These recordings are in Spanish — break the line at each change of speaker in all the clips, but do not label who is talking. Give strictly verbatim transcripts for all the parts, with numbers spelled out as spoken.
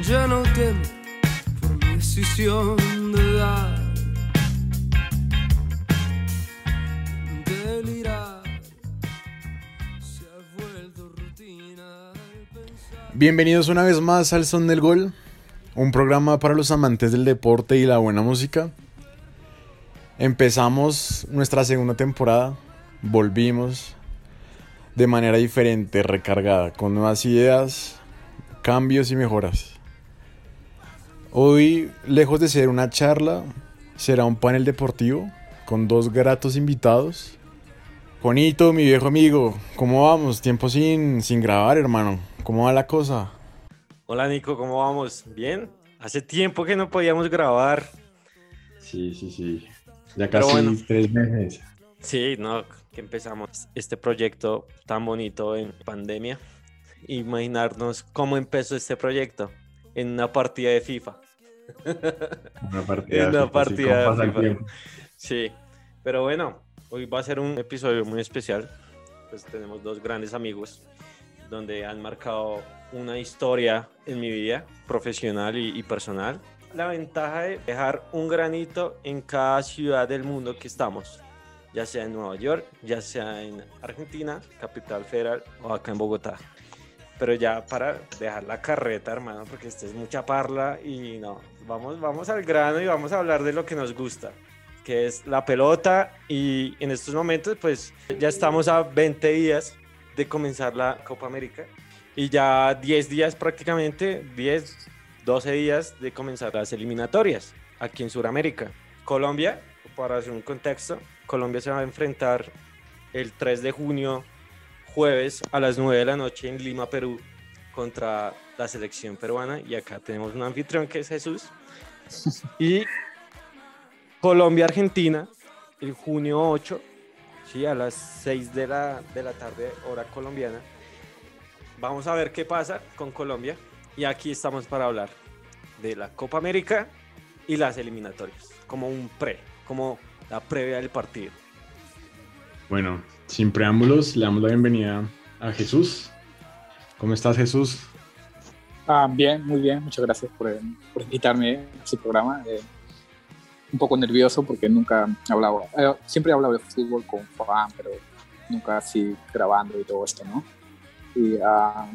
Ya no temo por mi decisión de dar, delirar, se ha vuelto rutina el pensar.
Bienvenidos una vez más al Son del Gol, un programa para los amantes del deporte y la buena música. Empezamos nuestra segunda temporada, volvimos de manera diferente, recargada, con nuevas ideas, cambios y mejoras. Hoy, lejos de ser una charla, será un panel deportivo con dos gratos invitados. Juanito, mi viejo amigo, ¿cómo vamos? Tiempo sin, sin grabar, hermano. ¿Cómo va la cosa?
Hola Nico, ¿cómo vamos? ¿Bien? Hace tiempo que no podíamos grabar.
Sí, sí, sí. Ya
Pero
casi
bueno.
tres meses.
Sí, no, que empezamos este proyecto tan bonito en pandemia. Imaginarnos cómo empezó este proyecto en una partida de FIFA.
Una partida
En
de
una
FIFA,
partida
sí, ¿cómo
de
pasa el
FIFA.
tiempo?
Sí, pero bueno, hoy va a ser un episodio muy especial. Pues tenemos dos grandes amigos donde han marcado una historia en mi vida profesional y, y personal. La ventaja de dejar un granito en cada ciudad del mundo que estamos, ya sea en Nueva York, ya sea en Argentina, Capital Federal, o acá en Bogotá. Pero ya para dejar la carreta, hermano, porque esta es mucha parla y no, vamos, vamos al grano y vamos a hablar de lo que nos gusta, que es la pelota. Y en estos momentos pues ya estamos a veinte días de comenzar la Copa América y ya diez días prácticamente, diez, doce días de comenzar las eliminatorias aquí en Sudamérica. Colombia, para hacer un contexto, Colombia se va a enfrentar el tres de junio, jueves a las nueve de la noche en Lima, Perú, contra la selección peruana. Y acá tenemos un anfitrión que es Jesús. Y Colombia-Argentina el junio ocho, ¿sí? A las seis de la, de la tarde, hora colombiana. Vamos a ver qué pasa con Colombia. Y aquí estamos para hablar de la Copa América y las eliminatorias, como un pre, como la previa del partido.
Bueno, sin preámbulos, le damos la bienvenida a Jesús. ¿Cómo estás, Jesús?
Ah, bien, muy bien. Muchas gracias por, eh, por invitarme a su programa. Eh, un poco nervioso porque nunca he hablado, eh, siempre he hablado de fútbol con Juan, pero nunca así grabando y todo esto, ¿no? Y uh,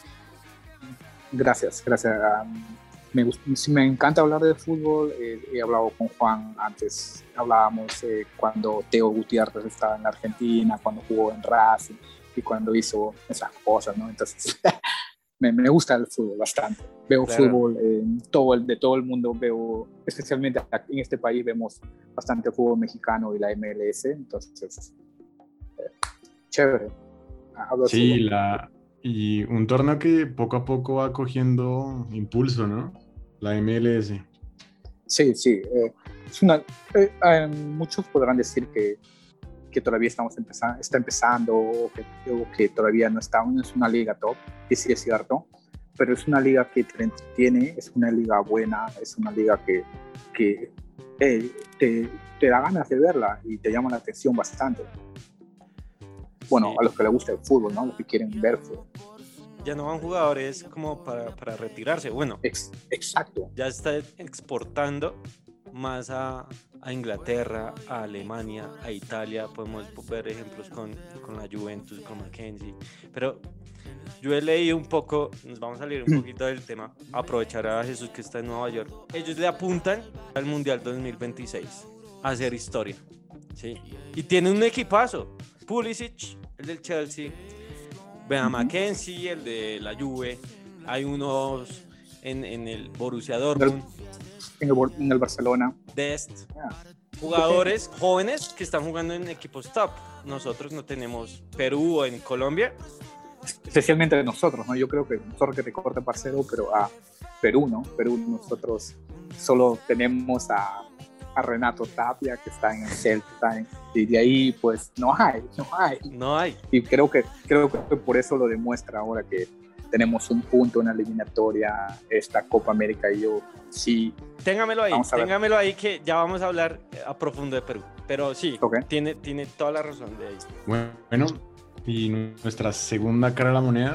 gracias, gracias. Uh, me, gust- me encanta hablar de fútbol. Eh, he hablado con Juan antes, hablábamos eh, cuando Teo Gutiérrez estaba en la Argentina, cuando jugó en Racing y cuando hizo esas cosas, ¿no? Entonces me, me gusta el fútbol bastante. Veo
Claro.
fútbol eh, todo el, de todo el mundo, veo, especialmente aquí en este país vemos bastante fútbol mexicano y la M L S, entonces eh, chévere. Hablo
Sí,
fútbol.
la, y un torneo que poco a poco va cogiendo impulso, ¿no? La M L S.
Sí, sí. Eh, es una, eh, eh, muchos podrán decir que, que todavía estamos empezando, está empezando o que, o que todavía no está, no es una liga top, y sí es cierto, pero es una liga que te entretiene, es una liga buena, es una liga que, que eh, te, te da ganas de verla y te llama la atención bastante. Bueno,
Sí.
a los que les gusta el fútbol, ¿no? Los que quieren ver fútbol.
Ya no van jugadores como para, para retirarse. Bueno,
Ex- exacto.
ya está exportando más a, a Inglaterra, a Alemania, a Italia. Podemos ver ejemplos con, con la Juventus, con Mackenzie. Pero yo he leído un poco, nos vamos a salir un poquito del tema, aprovechar a Jesús que está en Nueva York. Ellos le apuntan al Mundial dos mil veintiséis a hacer historia, ¿sí? Y tiene un equipazo. Pulisic, el del Chelsea, Ben
Ujú.
Mackenzie, el de la Juve. Hay unos en, en el Borussia Dortmund,
En el, en el Barcelona.
Dest,
Ah.
jugadores jóvenes que están jugando en equipos top. Nosotros no tenemos. Perú o en Colombia,
Especialmente nosotros, ¿no? Yo creo que nosotros que te corta parcero, pero a Perú, ¿no? Perú nosotros solo tenemos a, a Renato Tapia, que está en el Celta, está en- y de ahí pues no hay, no hay.
no hay.
Y creo que, creo que por eso lo demuestra ahora que tenemos un punto en la eliminatoria, esta Copa América, y yo sí.
Téngamelo ahí,
Vamos a ver.
téngamelo ahí que ya vamos a hablar a profundo de Perú. Pero sí,
Ok.
tiene, tiene toda la razón de ahí.
Bueno, y nuestra segunda cara de la moneda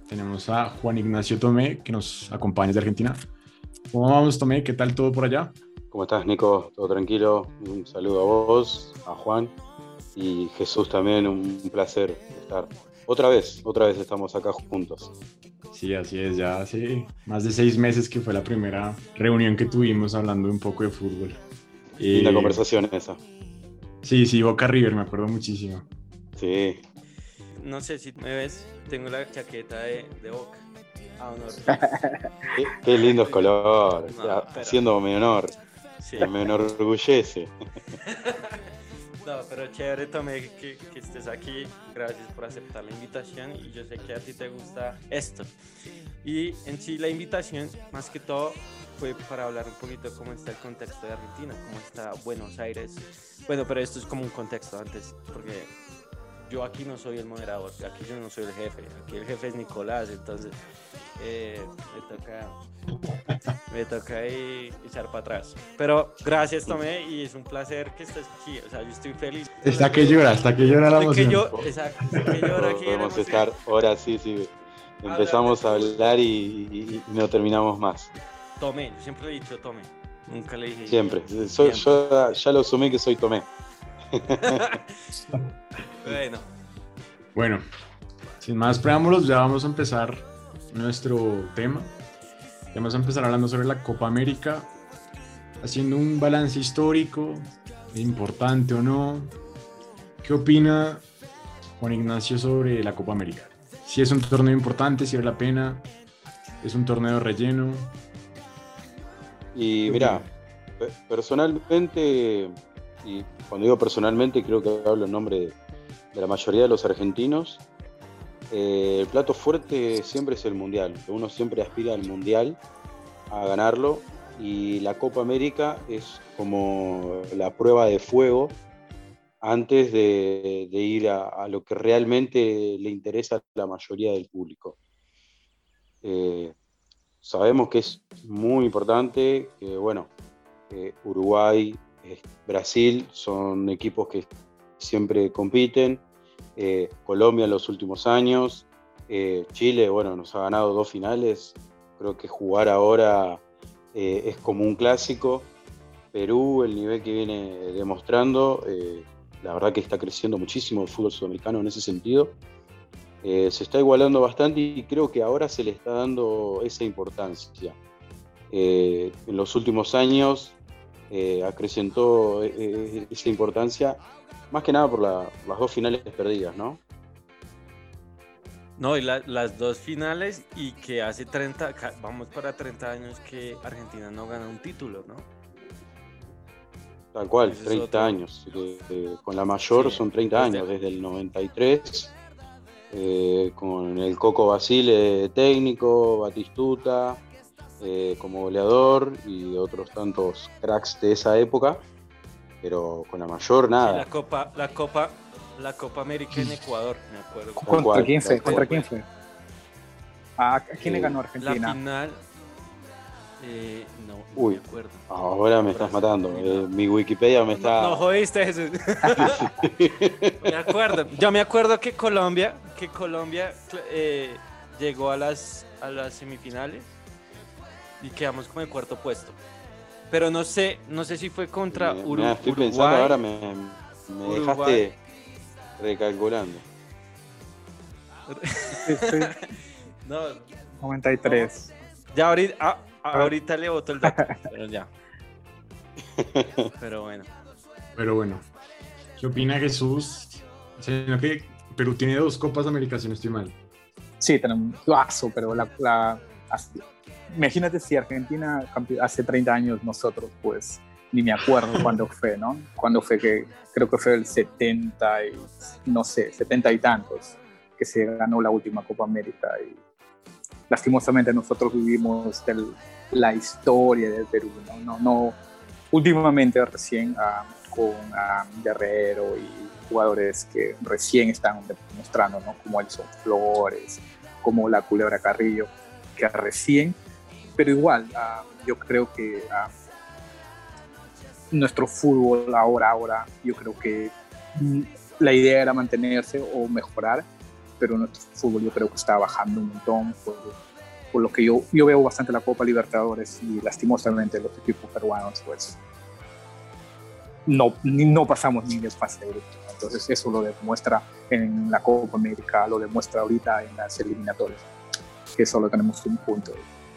Tenemos a Juan Ignacio Tomé, que nos acompaña desde Argentina. ¿Cómo vamos, Tomé? ¿Qué tal todo por allá?
¿Cómo estás, Nico? ¿Todo tranquilo? Un saludo a vos, a Juan y Jesús también. Un placer estar. Otra vez, otra vez estamos acá juntos.
Sí, así es. Ya hace más de seis meses que fue la primera reunión que tuvimos hablando un poco de fútbol.
Linda
eh,
conversación esa.
Sí, sí, Boca River, me acuerdo muchísimo.
Sí.
No sé si me ves, tengo la chaqueta de, de Boca. A honor.
Qué, qué lindos colores.
No, pero-
Haciendo mi honor.
Sí.
Me enorgullece.
No, pero chévere, Tomé, que, que estés aquí. Gracias por aceptar la invitación y yo sé que a ti te gusta esto. Y en sí la invitación, más que todo, fue para hablar un poquito de cómo está el contexto de Argentina, cómo está Buenos Aires. Bueno, pero esto es como un contexto antes, porque yo aquí no soy el moderador, aquí yo no soy el jefe, aquí el jefe es Nicolás, entonces eh, me toca, me toca ahí echar para atrás. Pero gracias, Tomé, y es un placer que estés aquí, o sea, yo estoy feliz.
Está que llora, está que llora la
Estoy que
emoción.
yo, exacto, estoy que lloro aquí. de la
Podemos
emoción.
estar horas, sí, sí. Empezamos a hablar y, y- y no terminamos más.
Tomé, yo siempre le he dicho Tomé, nunca le dije.
Siempre. Soy- yo ya lo asumí que soy Tomé.
Bueno,
Bueno, sin más preámbulos, ya vamos a empezar nuestro tema. Vamos a empezar hablando sobre la Copa América, haciendo un balance histórico, importante o no. ¿Qué opina Juan Ignacio sobre la Copa América? Si es un torneo importante, si vale la pena, es un torneo de relleno.
Y mira, pe- personalmente, y cuando digo personalmente creo que hablo en nombre de, de la mayoría de los argentinos, eh, el plato fuerte siempre es el Mundial. Uno siempre aspira al Mundial, a ganarlo, y la Copa América es como la prueba de fuego antes de, de ir a, a lo que realmente le interesa a la mayoría del público. Eh, Sabemos que es muy importante, que bueno, eh, Uruguay, eh, Brasil son equipos que siempre compiten, eh, Colombia en los últimos años, eh, Chile, bueno, nos ha ganado dos finales, creo que jugar ahora eh, es como un clásico. Perú, el nivel que viene demostrando, eh, la verdad que está creciendo muchísimo el fútbol sudamericano en ese sentido. Eh, se está igualando bastante y creo que ahora se le está dando esa importancia. Eh, en los últimos años eh, acrecentó eh, esa importancia, más que nada por la- las dos finales perdidas, ¿no?
no, y la- las dos finales y que hace treinta, ca- vamos para treinta años que Argentina no gana un título, ¿no?
Tal cual,
Ese es
treinta
otro.
años. Eh, eh, con la mayor
Sí,
son treinta
desde-
años, desde el noventa y tres, eh, con el Coco Basile técnico, Batistuta eh, como goleador y otros tantos cracks de esa época, pero con la mayor
Sí,
nada.
la Copa, la Copa, la Copa América en Ecuador, me acuerdo.
Tal
¿Contra
cual,
quién fue?
tal cual.
¿Contra quién fue? ¿A a quién le
Eh,
ganó
La
Argentina?
final, eh, no, no
Uy.
me acuerdo.
Ahora me estás matando. eh, mi Wikipedia me está.
No, no jodiste, Jesús. Me acuerdo, yo me acuerdo que Colombia, que Colombia eh, llegó a las, a las semifinales y quedamos como en cuarto puesto. Pero no sé, no sé si fue contra
Me-
Uru-
mirá, estoy
Uruguay.
pensando ahora, me, me
Uruguay.
dejaste recalculando.
Sí, sí,
No,
noventa y tres.
ya ahorita, ah, ahorita le boto el dato, pero ya. Pero bueno.
Pero bueno, ¿qué opina Jesús? Sino que Perú tiene dos Copas Américas, si no estoy mal.
Sí, tenemos un vaso, pero la, la- así- imagínate si Argentina campe- hace treinta años nosotros, pues ni me acuerdo cuándo fue, ¿no? Cuándo fue que, creo que fue el setenta y, no sé, setenta y tantos, que se ganó la última Copa América y lastimosamente nosotros vivimos del- la historia del Perú, ¿no? No, no últimamente recién ah, con ah, Guerrero y jugadores que recién están demostrando, ¿no? Como Elson Flores, como la Culebra Carrillo, que recién, pero igual, ah, yo creo que ah, nuestro fútbol ahora, ahora, yo creo que mm, la idea era mantenerse o mejorar, pero nuestro fútbol yo creo que está bajando un montón por, por lo que yo, yo veo bastante la Copa Libertadores y lastimosamente los equipos peruanos pues no, ni, no pasamos ni de fase de grupo. Entonces eso lo demuestra en la Copa América, lo demuestra ahorita en las eliminatorias, que solo tenemos un punto.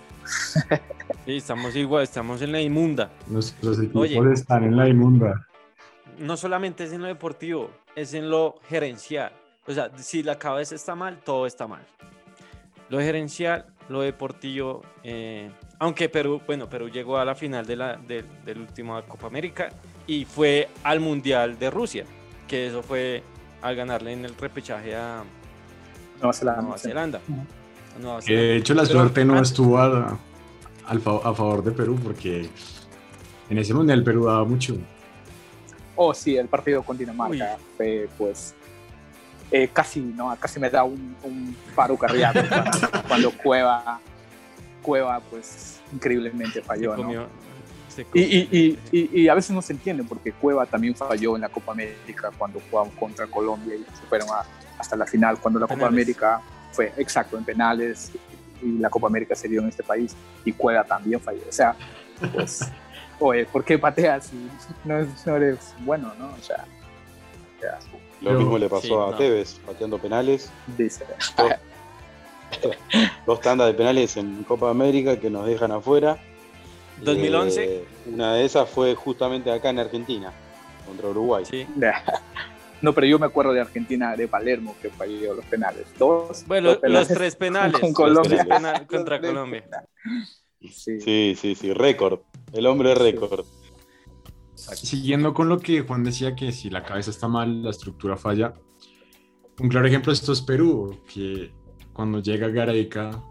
Sí, estamos igual, estamos en la inmunda.
Nuestros equipos
Oye,
están en la inmunda.
no solamente es en lo deportivo, es en lo gerencial. O sea, si la cabeza está mal, todo está mal. Lo gerencial, lo deportivo, eh, aunque Perú, bueno, Perú llegó a la final de la de, del último Copa América y fue al Mundial de Rusia, que eso fue al ganarle en el repechaje a
Nueva Zelanda.
Nueva Zelanda. A Nueva
Que
Zelanda.
de hecho la
Pero
suerte no
antes-
estuvo a, al fa- a favor de Perú, porque en ese mundial Perú daba mucho.
Oh, sí, el partido con Dinamarca
Uy.
fue, pues, eh, casi, ¿no? Casi me da un, un paro cardíaco cuando, cuando Cueva, Cueva, pues, increíblemente
se
falló, ¿no?
comió- se
Y,
comió-
y, y, y, y a veces no se entiende porque Cueva también falló en la Copa América cuando jugamos contra Colombia y se fueron a- hasta la final, cuando la Copa
Penales.
América fue exacto en penales y la Copa América se dio en este país y Cueva también falló. O sea, pues, oye, ¿por qué pateas si no, es- no eres bueno, no? O sea, o sea,
Lo
Pero-
mismo le pasó
Sí,
a
no.
Tevez, pateando penales.
dice.
Dos, dos tandas de penales en Copa América que nos dejan afuera.
dos mil once.
Eh, una de esas fue justamente acá en Argentina, contra Uruguay.
Sí.
No, pero yo me acuerdo de Argentina, de Palermo, que falló los penales. Dos,
Bueno,
dos
los
penales
tres penales.
con
los
Colombia.
tres penales contra
Los tres
Colombia.
penales. Sí.
Sí, sí, sí, récord. El hombre récord.
Siguiendo con lo que Juan decía, que si la cabeza está mal, la estructura falla. Un claro ejemplo de esto es Perú, que cuando llega Gareca,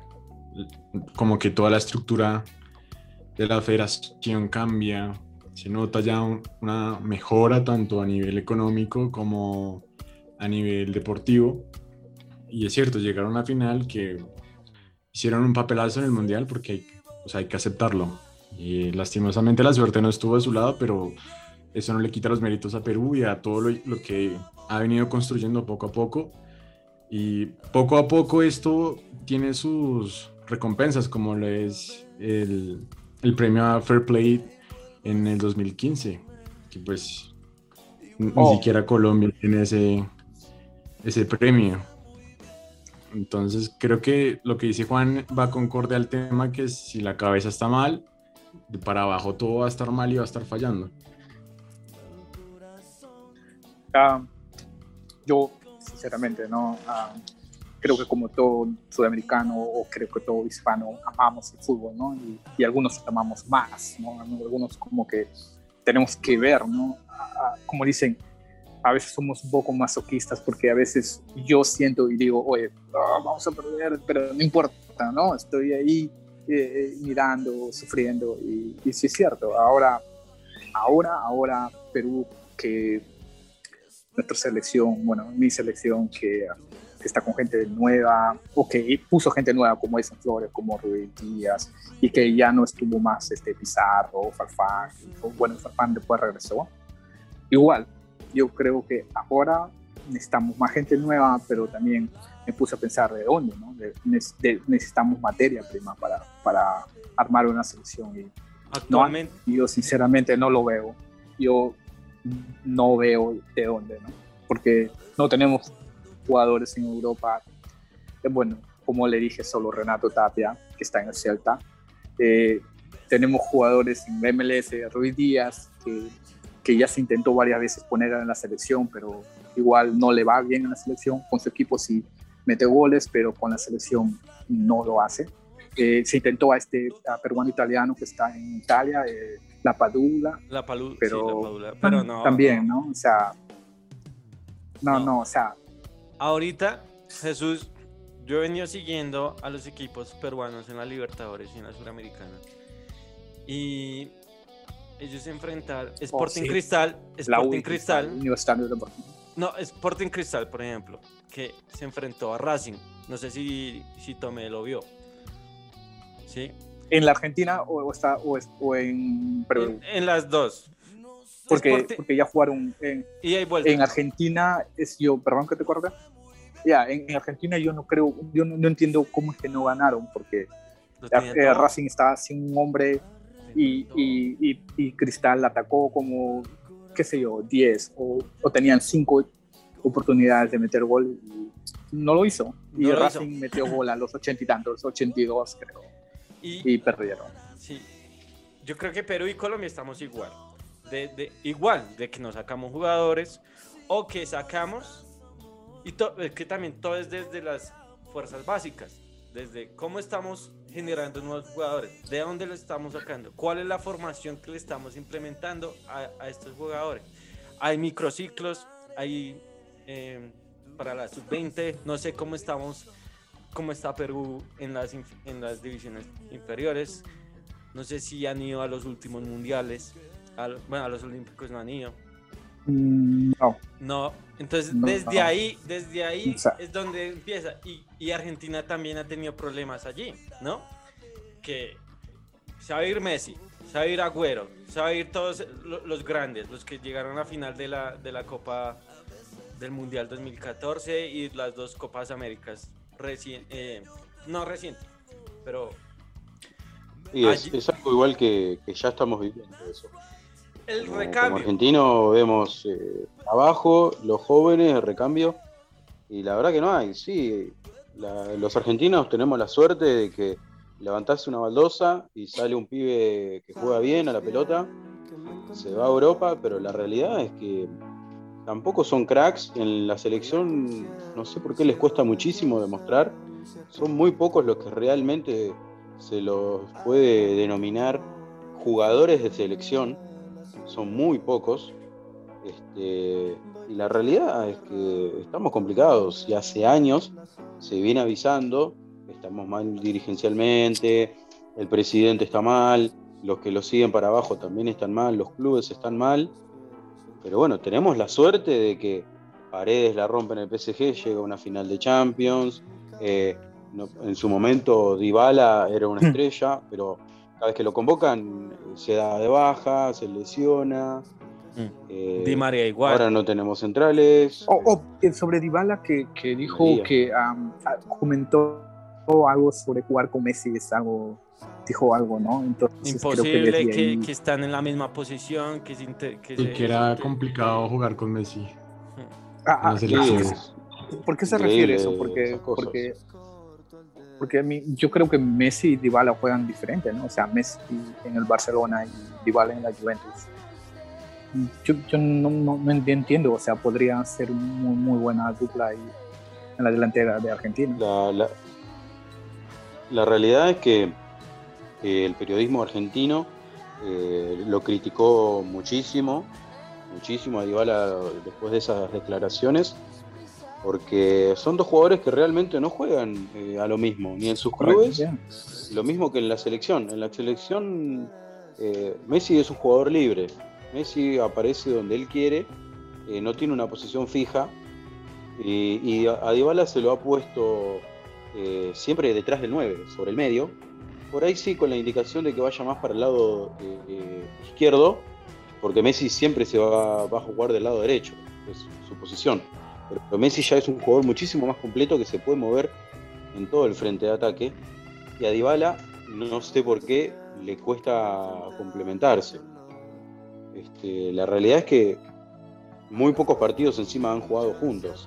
como que toda la estructura de la federación cambia, se nota ya un- una mejora tanto a nivel económico como a nivel deportivo. Y es cierto, llegaron a la final que hicieron un papelazo en el Mundial porque hay, o sea, hay que aceptarlo. Y lastimosamente la suerte no estuvo de su lado, pero eso no le quita los méritos a Perú y a todo lo, lo que ha venido construyendo poco a poco. Y poco a poco esto tiene sus recompensas, como lo es el, el premio a Fair Play en el dos mil quince, que pues n-
Oh.
ni siquiera Colombia tiene ese, ese premio. Entonces creo que lo que dice Juan va concorde al tema, que si la cabeza está mal, de para abajo todo va a estar mal y va a estar fallando.
Ah, yo, sinceramente, ¿no? Ah, creo que como todo sudamericano o creo que todo hispano amamos el fútbol, ¿no? Y, y algunos amamos más, ¿no? Algunos como que tenemos que ver, ¿no? Ah, ah, como dicen, a veces somos un poco masoquistas porque a veces yo siento y digo, oye, ah, vamos a perder, pero no importa, ¿no? Estoy ahí eh, mirando, sufriendo y, y sí es cierto, ahora, ahora, ahora Perú que nuestra selección, bueno, mi selección que, que está con gente nueva, o que puso gente nueva como Edson Flores, como Rubén Díaz, y que ya no estuvo más este, Pizarro, Farfán, o, bueno, Farfán después regresó. Igual, yo creo que ahora necesitamos más gente nueva, pero también me puse a pensar de dónde, ¿no? De, de, necesitamos materia prima para, para armar una selección. Y
Actualmente.
no, yo sinceramente no lo veo. Yo no veo de dónde, ¿no? Porque no tenemos jugadores en Europa. Eh, bueno, como le dije, solo Renato Tapia, que está en el Celta. Eh, tenemos jugadores en M L S, Ruiz Díaz, que, que ya se intentó varias veces poner en la selección, pero igual no le va bien en la selección. Con su equipo sí mete goles, pero con la selección no lo hace. Eh, se intentó a este a peruano-italiano que está en Italia, eh, La Padula,
La Palu,
pero,
sí, la Padula, pero no.
también,
no.
¿no? O sea, no,
No.
no, o sea,
Ahorita, Jesús, yo he venido siguiendo a los equipos peruanos en la Libertadores y en la Suramericana. Y ellos se enfrentaron. Sporting
sí.
Cristal,
la
Sporting
U
Cristal.
Universitario Deportivo.
No, Sporting Cristal, por ejemplo, que se enfrentó a Racing. No sé si, si Tomé lo vio. ¿Sí?
¿En la Argentina o, o está, o, es- o en Perú?
En, en las dos.
Porque,
Sporting-
porque ya jugaron en,
y hay vuelta.
en Argentina, es yo, perdón que te corte, ya, en, en Argentina yo no creo, yo no, no entiendo cómo es que no ganaron, porque
Lo
eh,
tenía
eh,
todo.
Racing estaba sin un hombre y, y, y, y Cristal atacó como, qué sé yo, diez o, o tenían cinco oportunidades de meter gol y no lo hizo. Y
No lo
Racing
hizo.
metió gol a los ochenta y tantos, ochenta y dos creo,
Y,
y perdieron.
sí, yo creo que Perú y Colombia estamos igual. De, de, igual, de que nos sacamos jugadores o que sacamos, y to, es que también todo es desde las fuerzas básicas, desde cómo estamos generando nuevos jugadores, de dónde lo estamos sacando, cuál es la formación que le estamos implementando a, a estos jugadores. Hay microciclos, hay eh, para la sub veinte, no sé cómo estamos, cómo está Perú en las, en las divisiones inferiores. No sé si han ido a los últimos mundiales. A, bueno, a los olímpicos no han ido.
Mm, no.
No, entonces
No,
desde
no.
ahí, desde ahí
O sea,
es donde empieza. Y, y Argentina también ha tenido problemas allí, ¿no? Que se va a ir Messi, se va a ir Agüero, se va a ir todos lo- los grandes, los que llegaron a la final de la, de la Copa del Mundial dos mil catorce y las dos Copas Américas recién, eh, no reciente, pero
Y es,
allí-
es algo igual que, que ya estamos viviendo eso.
el
Como, como
recambio.
argentino vemos eh, abajo, los jóvenes, el recambio, y la verdad que no hay. Sí, la- los argentinos tenemos la suerte de que levantás una baldosa y sale un pibe que juega bien a la pelota, se va a Europa, pero la realidad es que tampoco son cracks. En la selección no sé por qué les cuesta muchísimo demostrar. Son muy pocos los que realmente se los puede denominar jugadores de selección. Son muy pocos. Este, y la realidad es que estamos complicados y hace años se viene avisando, estamos mal dirigencialmente, el presidente está mal, los que lo siguen para abajo también están mal, los clubes están mal, pero bueno, tenemos la suerte de que Paredes la rompe en el P S G, llega a una final de Champions, eh, no, en su momento Dybala era una estrella, pero cada vez que lo convocan se da de baja, se lesiona. Eh,
Di María igual.
Ahora no tenemos centrales.
O, o, eh, sobre Dybala que, que dijo
María.
que um, comentó algo sobre jugar con Messi, es algo, dijo algo, ¿no? Entonces creo que
Imposible
desde
que,
ahí,
que están en la misma posición, que, se inter- que
Y
se-
que era
que-
complicado jugar con Messi
Ah,
en
ah,
la
Sí,
selección.
es
¿por qué se refiere
increíble
eso? Porque,
esas cosas.
porque, porque a mí- yo creo que Messi y Dybala juegan diferente, ¿no? O sea, Messi en el Barcelona y Dybala en la Juventus. Yo, yo no, no, no entiendo, o sea, podría ser muy, muy buena dupla ahí en la delantera de Argentina.
La, la, la realidad es que eh, el periodismo argentino eh, lo criticó muchísimo, muchísimo a Dybala después de esas declaraciones, porque son dos jugadores que realmente no juegan eh, a lo mismo, ni en sus clubes,
Yeah.
lo mismo que en la selección. En la selección eh, Messi es un jugador libre, Messi aparece donde él quiere, eh, no tiene una posición fija, y, y a Dybala se lo ha puesto eh, siempre detrás del nueve, sobre el medio, por ahí sí con la indicación de que vaya más para el lado eh, izquierdo, porque Messi siempre se va, va a jugar del lado derecho, es su posición. Pero Messi ya es un jugador muchísimo más completo que se puede mover en todo el frente de ataque, y a Dybala no sé por qué le cuesta complementarse. Este, la realidad es que muy pocos partidos encima han jugado juntos.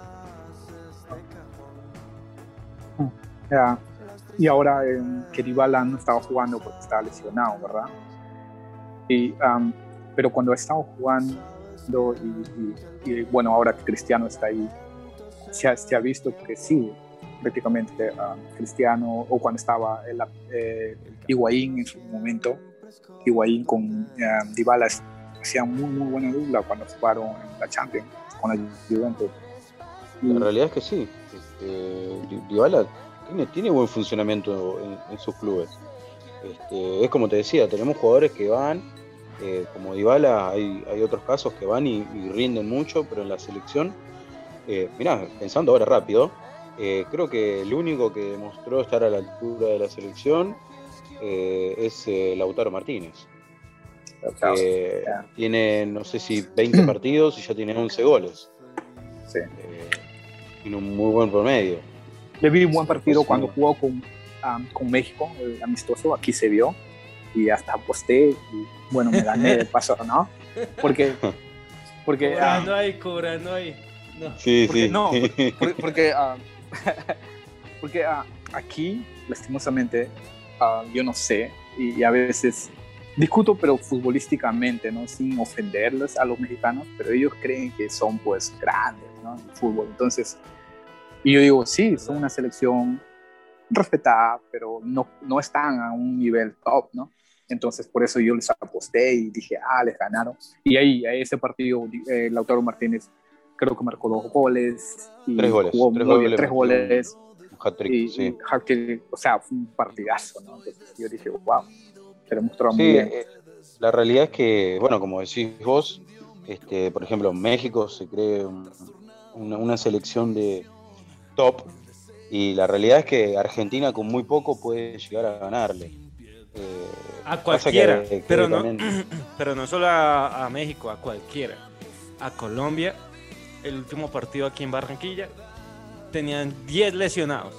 Yeah. Y ahora eh, que Dybala no estaba jugando porque estaba lesionado, ¿verdad? Y, um, pero cuando ha estado jugando y, y, y bueno, ahora que Cristiano está ahí, se ha, se ha visto que sí, prácticamente um, Cristiano, o cuando estaba el, eh, Higuaín en su momento, Higuaín con um, Dybala hacían muy, muy buena dupla cuando jugaron en la Champions con la Juventus.
La realidad es que sí. Este, Dybala tiene, tiene buen funcionamiento en, en sus clubes. Este, es como te decía, tenemos jugadores que van, eh, como Dybala, hay, hay otros casos que van y, y rinden mucho, pero en la selección, eh, mirá, pensando ahora rápido, eh, creo que el único que demostró estar a la altura de la selección eh, es eh, Lautaro Martínez. Que
Yeah.
tiene, no sé si veinte partidos y ya tiene once goles.
Sí.
Eh, tiene un muy buen promedio.
Le vi un buen partido
Sí.
cuando jugó con, um, con México, el amistoso, aquí se vio, y hasta aposté, y bueno, me gané de paso, ¿no? Porque, porque,
Cobrando
um,
ahí, cobrando ahí. No.
Sí,
porque
sí.
no, por- porque, um, porque uh, aquí, lastimosamente, uh, yo no sé, y, y a veces discuto, pero futbolísticamente, ¿no? Sin ofenderlos a los mexicanos, pero ellos creen que son, pues, grandes, ¿no? En el fútbol. Entonces, y yo digo, sí, son una selección respetada, pero no, no están a un nivel top, ¿no? Entonces, por eso yo les aposté y dije, ah, les ganaron. Y ahí, a ese partido, eh, Lautaro Martínez creo que marcó dos goles y
Tres goles,
jugó
tres
muy bien,
goles,
tres
metió
goles.
Un hat-trick,
Y,
sí.
y hat-trick, o sea, fue un partidazo, ¿no? Entonces yo dije, wow, se lo mostró muy
Sí,
bien.
eh, la realidad es que, bueno, como decís vos, este, por ejemplo, en México se cree un- una, una selección de top y la realidad es que Argentina con muy poco puede llegar a ganarle. Eh,
A
pasa
cualquiera,
que- que
pero no,
también-
pero no solo a, a México, a cualquiera. A Colombia, el último partido aquí en Barranquilla, tenían diez lesionados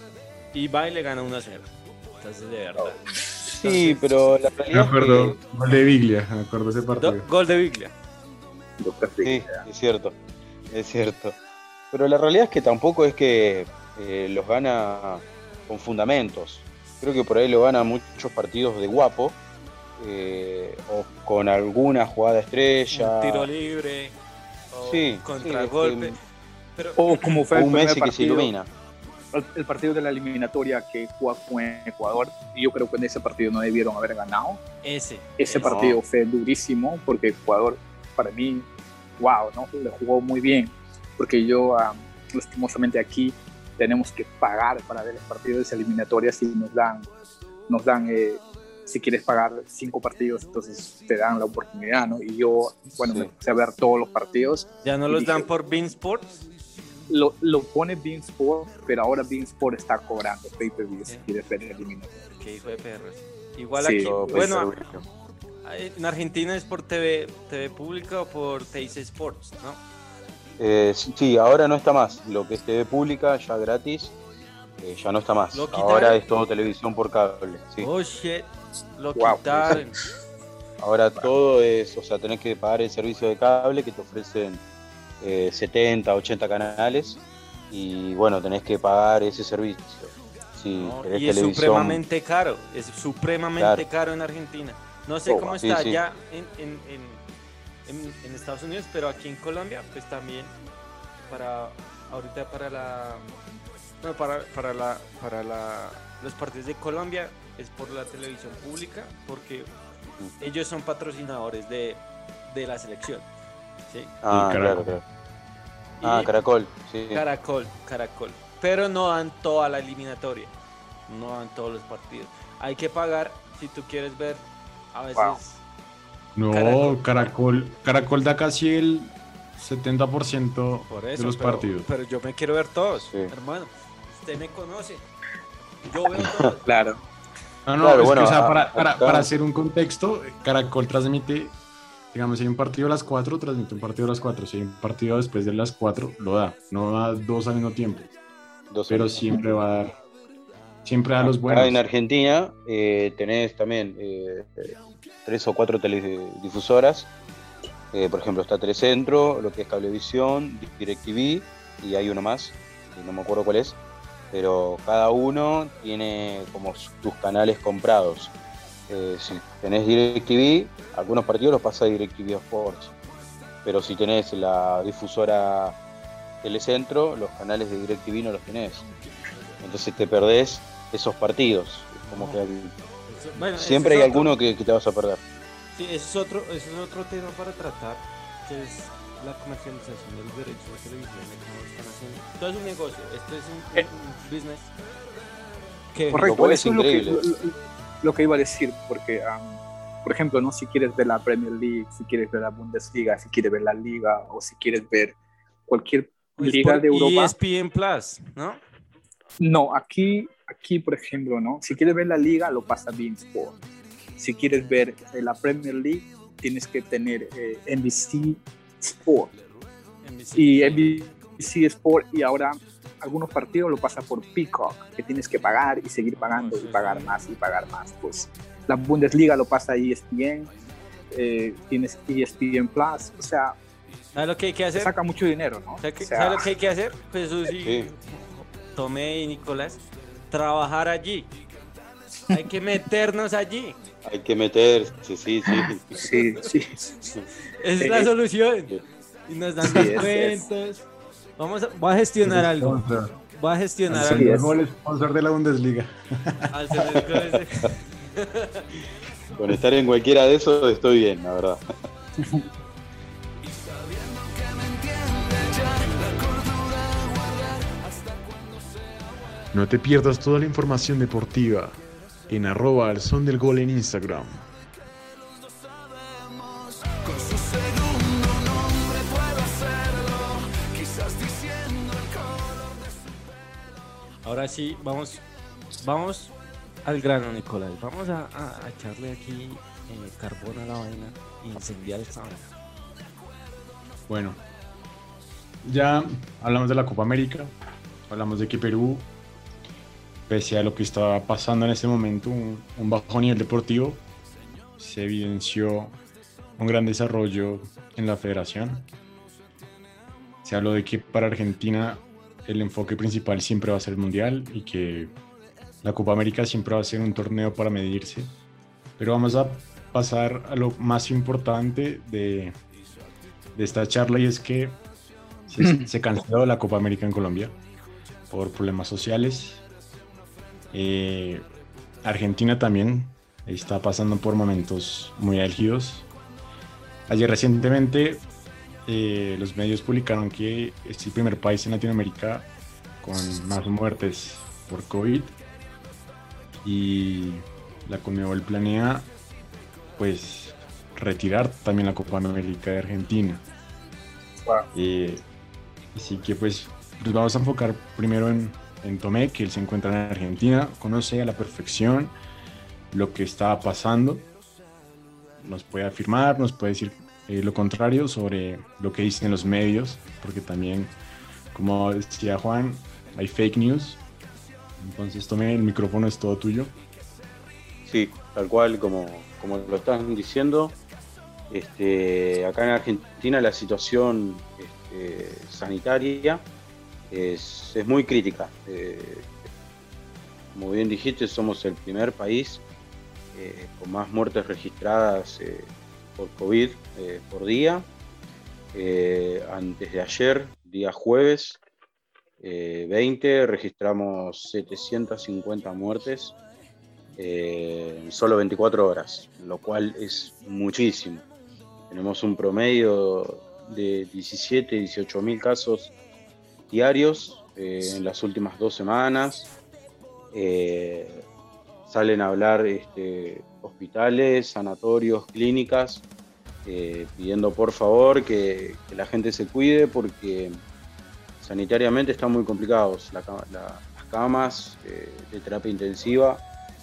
y va y le gana uno a cero. Entonces, de verdad.
Sí, pero la
Me
realidad
acuerdo,
es que
gol de Biglia, me acuerdo de ese
Do-
partido.
gol de Biglia.
sí, es cierto, es cierto. Pero la realidad es que tampoco es que eh, los gana con fundamentos. Creo que por ahí lo gana muchos partidos de guapo eh, o con alguna jugada estrella.
Un tiro libre o
Sí,
contragolpe.
sí,
Pero
O como fue
o
el
un
primer
Messi que se
partido,
ilumina.
el, el partido de la eliminatoria que jugó con Ecuador, y yo creo que en ese partido no debieron haber ganado.
ese.
Ese
ese.
partido fue durísimo porque Ecuador, para mí, wow, ¿no? Le jugó muy bien. Porque yo, um, lastimosamente aquí, tenemos que pagar para ver los partidos de esa eliminatoria si nos dan, nos dan eh, si quieres pagar cinco partidos, entonces te dan la oportunidad, ¿no? Y yo, bueno,
Sí.
me puse a ver todos los partidos.
Ya no
y
los
dije,
dan por Bean Sports.
Lo, lo pone Bein Sport, pero ahora Bein Sport está cobrando pay-per-view si
Sí.
quieres ver el eliminatorio.
Qué hijo de perros. Igual
Sí,
aquí,
Todo puede
bueno,
ser bueno.
en Argentina es por T V, T V pública o por T I C Sports, ¿no?
Eh, sí, sí, ahora no está más. Lo que es T V pública, ya gratis, eh, ya no está más.
¿Lo quitaron?
Ahora es todo televisión por cable. Sí.
Oh shit, lo
Wow.
quitaron.
Ahora todo es, o sea, tenés que pagar el servicio de cable que te ofrecen eh, setenta, ochenta canales y bueno, tenés que pagar ese servicio. Si
No,
querés
y es
televisión,
supremamente caro, es supremamente
Claro.
caro en Argentina. No sé
Oh,
cómo
sí,
está
sí.
allá en, en, en, en- en Estados Unidos, pero aquí en Colombia, pues también para ahorita para la no, para, para la para la los partidos de Colombia es por la televisión pública porque ellos son patrocinadores de, de la selección. ¿Sí?
Ah,
Y
claro,
Caracol.
claro.
Y
Ah, Caracol, sí.
Caracol, Caracol. Pero no dan toda la eliminatoria. No dan todos los partidos. Hay que pagar si tú quieres ver a veces.
Wow.
No,
Caracol.
Caracol, Caracol da casi el setenta por ciento
Por eso,
de los
pero,
partidos.
pero yo me quiero ver todos,
Sí.
hermano. Usted me conoce. Yo veo todos.
Claro.
No, no,
Claro,
es
bueno,
que, o sea,
a-
para, para,
acá-
para hacer un contexto, Caracol transmite, digamos, si hay un partido a las cuatro, transmite un partido a las cuatro. Si hay un partido después de las cuatro, lo da. No da dos al mismo tiempo,
Dos
pero
años.
siempre va a dar, siempre da los
Acá
buenos.
en Argentina eh, tenés también eh, tres o cuatro teledifusoras. Eh, por ejemplo, está Telecentro, lo que es Cablevisión, DirecTV y hay uno más, que no me acuerdo cuál es. Pero cada uno tiene como su- tus canales comprados. Eh, si tenés DirecTV, algunos partidos los pasa a DirecTV Sports. Pero si tenés la difusora Telecentro, los canales de DirecTV no los tenés. Entonces te perdés esos partidos. Es como que hay-
Eso- bueno, ese
siempre
es
hay
otro-
alguno que, que te vas a perder.
Sí, ese es otro, ese es otro tema para tratar, que es la comercialización de los derechos de televisión, de cómo están haciendo. Esto es un negocio, esto es un,
Eh.
un business. Que
Correcto,
cual es
eso es lo que,
increíble.
lo, lo- lo que iba a decir, porque, um, por ejemplo, ¿no? Si quieres ver la Premier League, si quieres ver la Bundesliga, si quieres ver la Liga, o si quieres ver cualquier
es
liga
por
de Europa.
E S P N Plus, ¿no?
No, aquí, aquí, por ejemplo, ¿no? Si quieres ver la Liga, lo pasa Bein Sport. Si quieres ver eh, la Premier League, tienes que tener eh, N B C Sport.
N B C.
Y N B sí Sport, y ahora algunos partidos lo pasa por Peacock, que tienes que pagar y seguir pagando y pagar más y pagar más. Pues la Bundesliga lo pasa a E S P N, eh, tienes E S P N Plus, o sea,
¿sabes lo que hay que hacer?
saca mucho dinero, ¿no?
¿Sabes
O sea,
¿sabe lo que hay que hacer? Pues Susi,
Sí.
Tomé y Nicolás, trabajar allí. Hay que meternos allí.
Hay que meterse, sí, sí.
sí, sí.
Esa es la
Eh,
solución. Y nos dan
sí, es-
descuentos. Vamos a, voy a gestionar algo.
Sponsor.
Voy a gestionar
Al
Sí,
algo.
ser
es.
gol sponsor de la Bundesliga.
Al ser con ese-
Con estar en cualquiera de esos estoy bien, la verdad.
No te pierdas toda la información deportiva en arroba al son del gol en Instagram.
Ahora sí, vamos, vamos al grano, Nicolás. Vamos a, a- a echarle aquí eh, carbón a la vaina y incendiar esta vaina.
Bueno, ya hablamos de la Copa América, hablamos de que Perú, pese a lo que estaba pasando en ese momento, un, un bajo nivel deportivo, se evidenció un gran desarrollo en la federación. Se habló de que para Argentina el enfoque principal siempre va a ser el Mundial y que la Copa América siempre va a ser un torneo para medirse. Pero vamos a pasar a lo más importante de, de esta charla, y es que se, se canceló la Copa América en Colombia por problemas sociales. Eh, Argentina también está pasando por momentos muy álgidos. Ayer recientemente eh, los medios publicaron que es el primer país en Latinoamérica con más muertes por COVID, y la Conmebol planea pues retirar también la Copa América de Argentina.
Wow.
Eh, así que pues nos vamos a enfocar primero en, en Tomé, que él se encuentra en Argentina, conoce a la perfección lo que está pasando, nos puede afirmar, nos puede decir eh, lo contrario sobre lo que dicen los medios, porque también, como decía Juan, hay fake news. Entonces, Tomé, el micrófono es todo tuyo.
Sí, tal cual como, como lo están diciendo. Este, acá en Argentina la situación este, sanitaria es, es muy crítica. Eh, como bien dijiste, somos el primer país eh, con más muertes registradas eh, por COVID eh, por día. Eh, antes de ayer, día jueves eh, veinte, registramos setecientas cincuenta muertes eh, en solo veinticuatro horas, lo cual es muchísimo. Tenemos un promedio de diecisiete, dieciocho mil casos diarios eh, en las últimas dos semanas. Eh, salen a hablar este, hospitales, sanatorios, clínicas, eh, pidiendo por favor que, que la gente se cuide porque sanitariamente están muy complicados. La, la, las camas eh, de terapia intensiva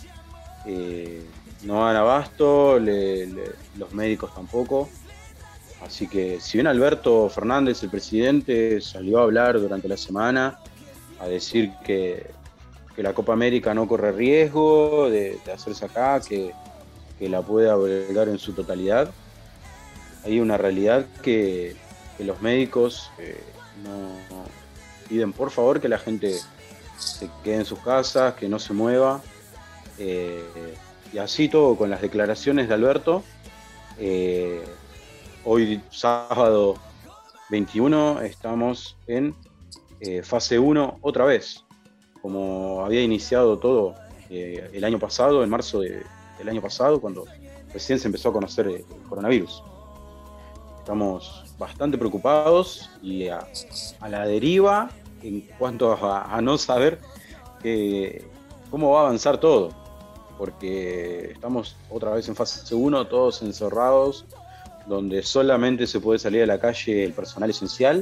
eh, no dan abasto, le, le, los médicos tampoco. Así que si bien Alberto Fernández, el presidente, salió a hablar durante la semana a decir que, que la Copa América no corre riesgo de, de hacerse acá, que, que la puede albergar en su totalidad, hay una realidad que, que los médicos eh, no, no piden por favor que la gente se quede en sus casas, que no se mueva, eh, y así todo con las declaraciones de Alberto. eh, Hoy, sábado veintiuno, estamos en eh, fase uno otra vez, como había iniciado todo eh, el año pasado, en marzo de, del año pasado, cuando recién se empezó a conocer el coronavirus. Estamos bastante preocupados y a, a la deriva en cuanto a, a no saber eh, cómo va a avanzar todo, porque estamos otra vez en fase uno, todos encerrados, donde solamente se puede salir a la calle el personal esencial,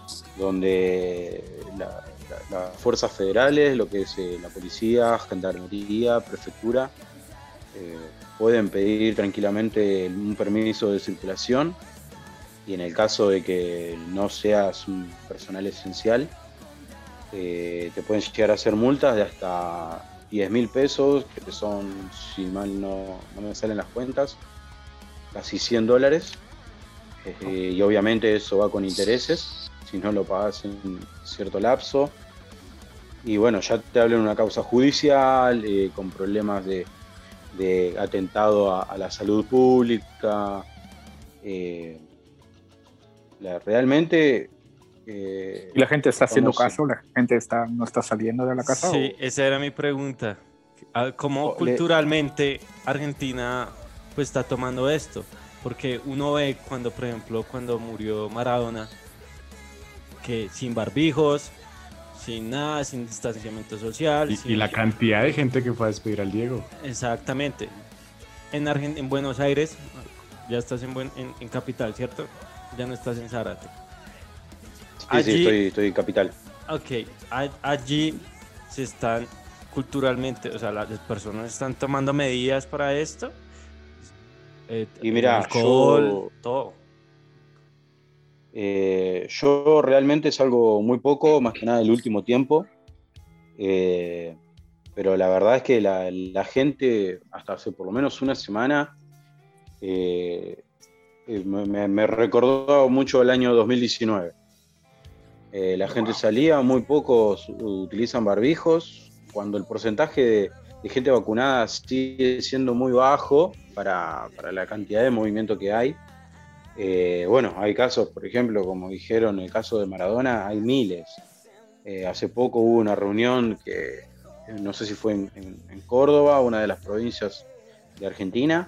donde la, la, las fuerzas federales, lo que es eh, la policía, gendarmería, prefectura, eh, pueden pedir tranquilamente un permiso de circulación y en el caso de que no seas un personal esencial, eh, te pueden llegar a hacer multas de hasta diez mil pesos, que son, si mal no, no me salen las cuentas, casi cien dólares, eh, y obviamente eso va con intereses, si no lo pagas en cierto lapso. Y bueno, ya te hablo en una causa judicial, eh, con problemas de, de atentado a, a la salud pública. Eh, la, realmente... Eh,
¿Y la gente está haciendo
estamos-
caso? ¿La gente está, no está saliendo de la casa?
Sí,
o-
esa era mi pregunta. Ah, ¿Cómo
O le-
culturalmente Argentina pues está tomando esto? Porque uno ve cuando, por ejemplo, cuando murió Maradona, que sin barbijos, sin nada, sin distanciamiento social.
Y,
sin-
y la cantidad de gente que fue a despedir al Diego.
Exactamente. En, Argen- en Buenos Aires, ya estás en, buen- en, en Capital, ¿cierto? Ya no estás en Zárate.
Sí,
Allí-
sí, estoy, estoy capital.
Ok, a- allí se están culturalmente, o sea, la- las personas están tomando medidas para esto. Eh,
Y
el
mirá,
alcohol,
yo-
todo.
Eh, yo realmente salgo muy poco, más que nada el último tiempo, eh, pero la verdad es que la, la gente, hasta hace por lo menos una semana, eh, eh, me, me- me recordó mucho el año dos mil diecinueve. Eh, la gente salía, muy pocos utilizan barbijos, cuando el porcentaje de, de gente vacunada sigue siendo muy bajo para, para la cantidad de movimiento que hay. Eh, bueno, hay casos, por ejemplo, como dijeron, el caso de Maradona, hay miles. Eh, hace poco hubo una reunión que eh, no sé si fue en, en- en Córdoba, una de las provincias de Argentina,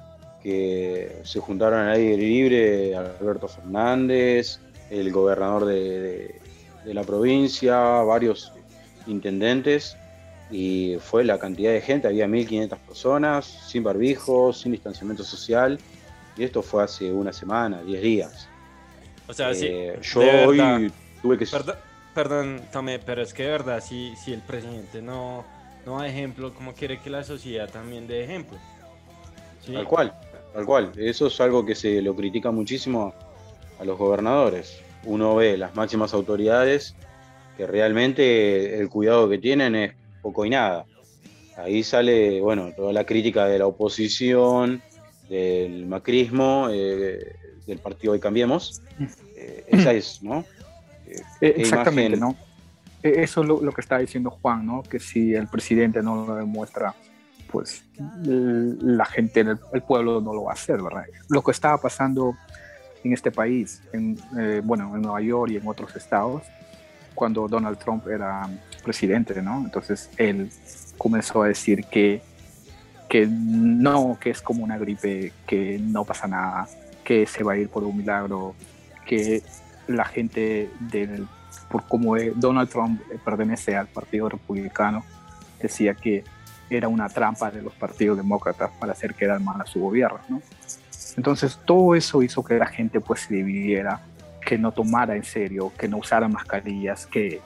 que se juntaron al aire libre Alberto Fernández, el gobernador de, de- de la provincia, varios intendentes, y fue la cantidad de gente, había mil quinientas personas, sin barbijos, sin distanciamiento social. Y esto fue hace una semana, diez días.
O sea, sí,
Eh, yo
de
hoy
verdad.
tuve que...
Perdón, perdón, Tomé, pero es que de verdad, si, si el presidente no, no da ejemplo, ¿cómo quiere que la sociedad también dé ejemplo? ¿Sí?
Tal cual, tal cual. Eso es algo que se lo critica muchísimo a los gobernadores. Uno ve las máximas autoridades que realmente el cuidado que tienen es poco y nada. Ahí sale, bueno, toda la crítica de la oposición, del macrismo, eh, del partido Hoy Cambiemos. Eh, esa es, ¿no? Eh,
Eh,
qué
exactamente,
imagen-
¿no? Eh, Eso es lo, lo que está diciendo Juan, ¿no? Que si el presidente no lo demuestra, pues l- la gente, el, el pueblo no lo va a hacer, ¿verdad? Lo que estaba pasando en este país, en, eh, bueno, en Nueva York y en otros estados, cuando Donald Trump era presidente, ¿no? Entonces él comenzó a decir que, que no, que es como una gripe, que no pasa nada, que se va a ir por un milagro, que la gente del, por como eh, Donald Trump pertenece al Partido Republicano, decía que era una trampa de los partidos demócratas para hacer quedar mal a su gobierno, ¿no? Entonces todo eso hizo que la gente pues se dividiera, que no tomara en serio, que no usara mascarillas, que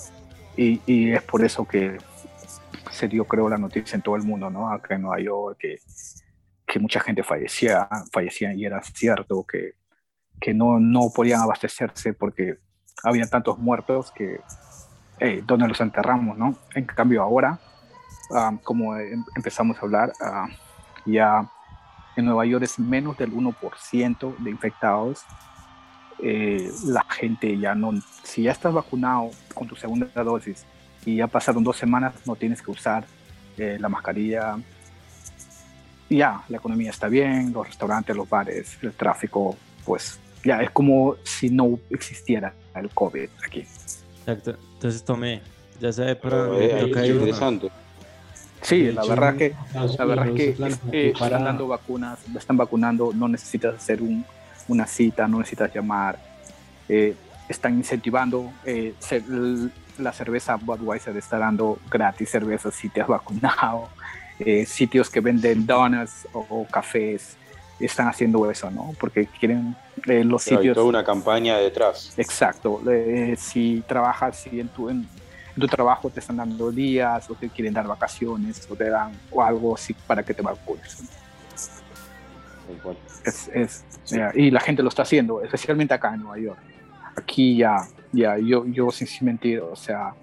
y, y es por eso que se dio, creo, la noticia en todo el mundo, ¿no? Acá en Nueva York, que, que mucha gente fallecía, fallecía y era cierto que, que no, no podían abastecerse porque había tantos muertos que, hey, ¿dónde los enterramos, no? En cambio ahora, um, como em- empezamos a hablar, uh, ya en Nueva York es menos del uno por ciento de infectados. Eh, la gente ya no, si ya estás vacunado con tu segunda dosis y ya pasaron dos semanas, no tienes que usar eh, la mascarilla. Y ya, la economía está bien, los restaurantes, los bares, el tráfico, pues ya es como si no existiera el COVID aquí.
Exacto. Entonces, Tomé, ya sabe para
Pero,
dónde
eh,
le
ahí
toca
es
ir.
interesante.
Sí,
De
la
hecho,
verdad que,
Estados
la verdad es que
Unidos se
eh,
planteó
están
para-
dando vacunas, están vacunando, no necesitas hacer un, una cita, no necesitas llamar. Eh, están incentivando, eh, cer- l- la cerveza Budweiser está dando gratis cervezas si te has vacunado. Eh, sitios que venden donuts o, o cafés están haciendo eso, ¿no? Porque quieren eh, los
Pero hay
sitios.
toda una campaña detrás.
Exacto. Eh, si trabajas, si en tu, en, en tu trabajo te están dando días o te quieren dar vacaciones o te dan o algo así para que te vacunes.
Tal cual.
Es, es, ya, y la gente lo está haciendo, especialmente acá en Nueva York. Aquí ya, ya, yo, yo sin, sin mentir, o sea,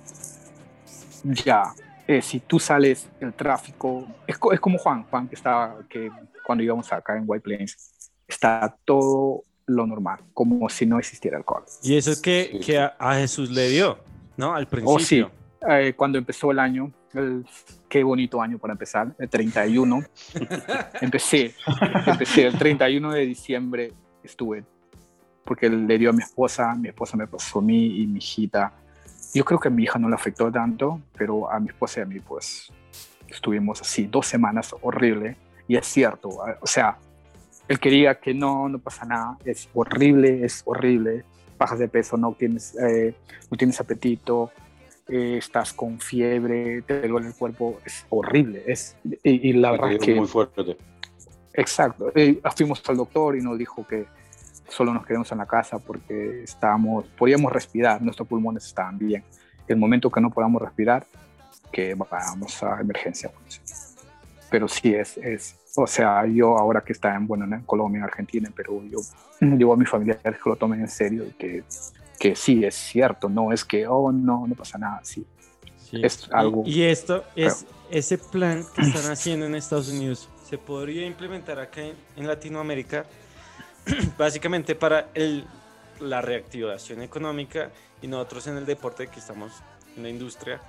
ya, eh, si tú sales, el tráfico, es, co- es como Juan, Juan que estaba, que cuando íbamos acá en White Plains, está todo lo normal, como si no existiera alcohol.
Y eso es que,
Sí,
que
sí.
a, a Jesús le dio, ¿no? Al
Oh, sí,
principio.
eh, cuando empezó el año, el- qué bonito año para empezar, el treinta y uno, empecé, empecé el treinta y uno de diciembre, estuve, porque le dio a mi esposa, mi esposa me pasó a mí y mi hijita. Yo creo que a mi hija no le afectó tanto, pero a mi esposa y a mí, pues, estuvimos así dos semanas horrible. Y es cierto, o sea, él quería que no, no pasa nada, es horrible, es horrible, bajas de peso, no tienes, eh, no tienes apetito, eh, estás con fiebre, te duele el cuerpo, es horrible. Es, y, y la
Sí,
verdad
te
es
digo,
que,
muy fuerte.
exacto, eh, fuimos al doctor y nos dijo que solo nos quedamos en la casa porque estábamos, podíamos respirar, nuestros pulmones estaban bien. El momento que no podamos respirar, que vamos a emergencia. Pero sí, es, es, o sea, yo ahora que está en, bueno, en Colombia, en Argentina, en Perú, yo digo a mis familiares que lo tomen en serio y que, que sí, es cierto, no es que, oh, no, no pasa nada, sí.
Sí.
Es algo...
Y, y esto es ese plan que están haciendo en Estados Unidos. Se podría implementar acá en, en Latinoamérica, básicamente para el, la reactivación económica y nosotros en el deporte que estamos en la industria,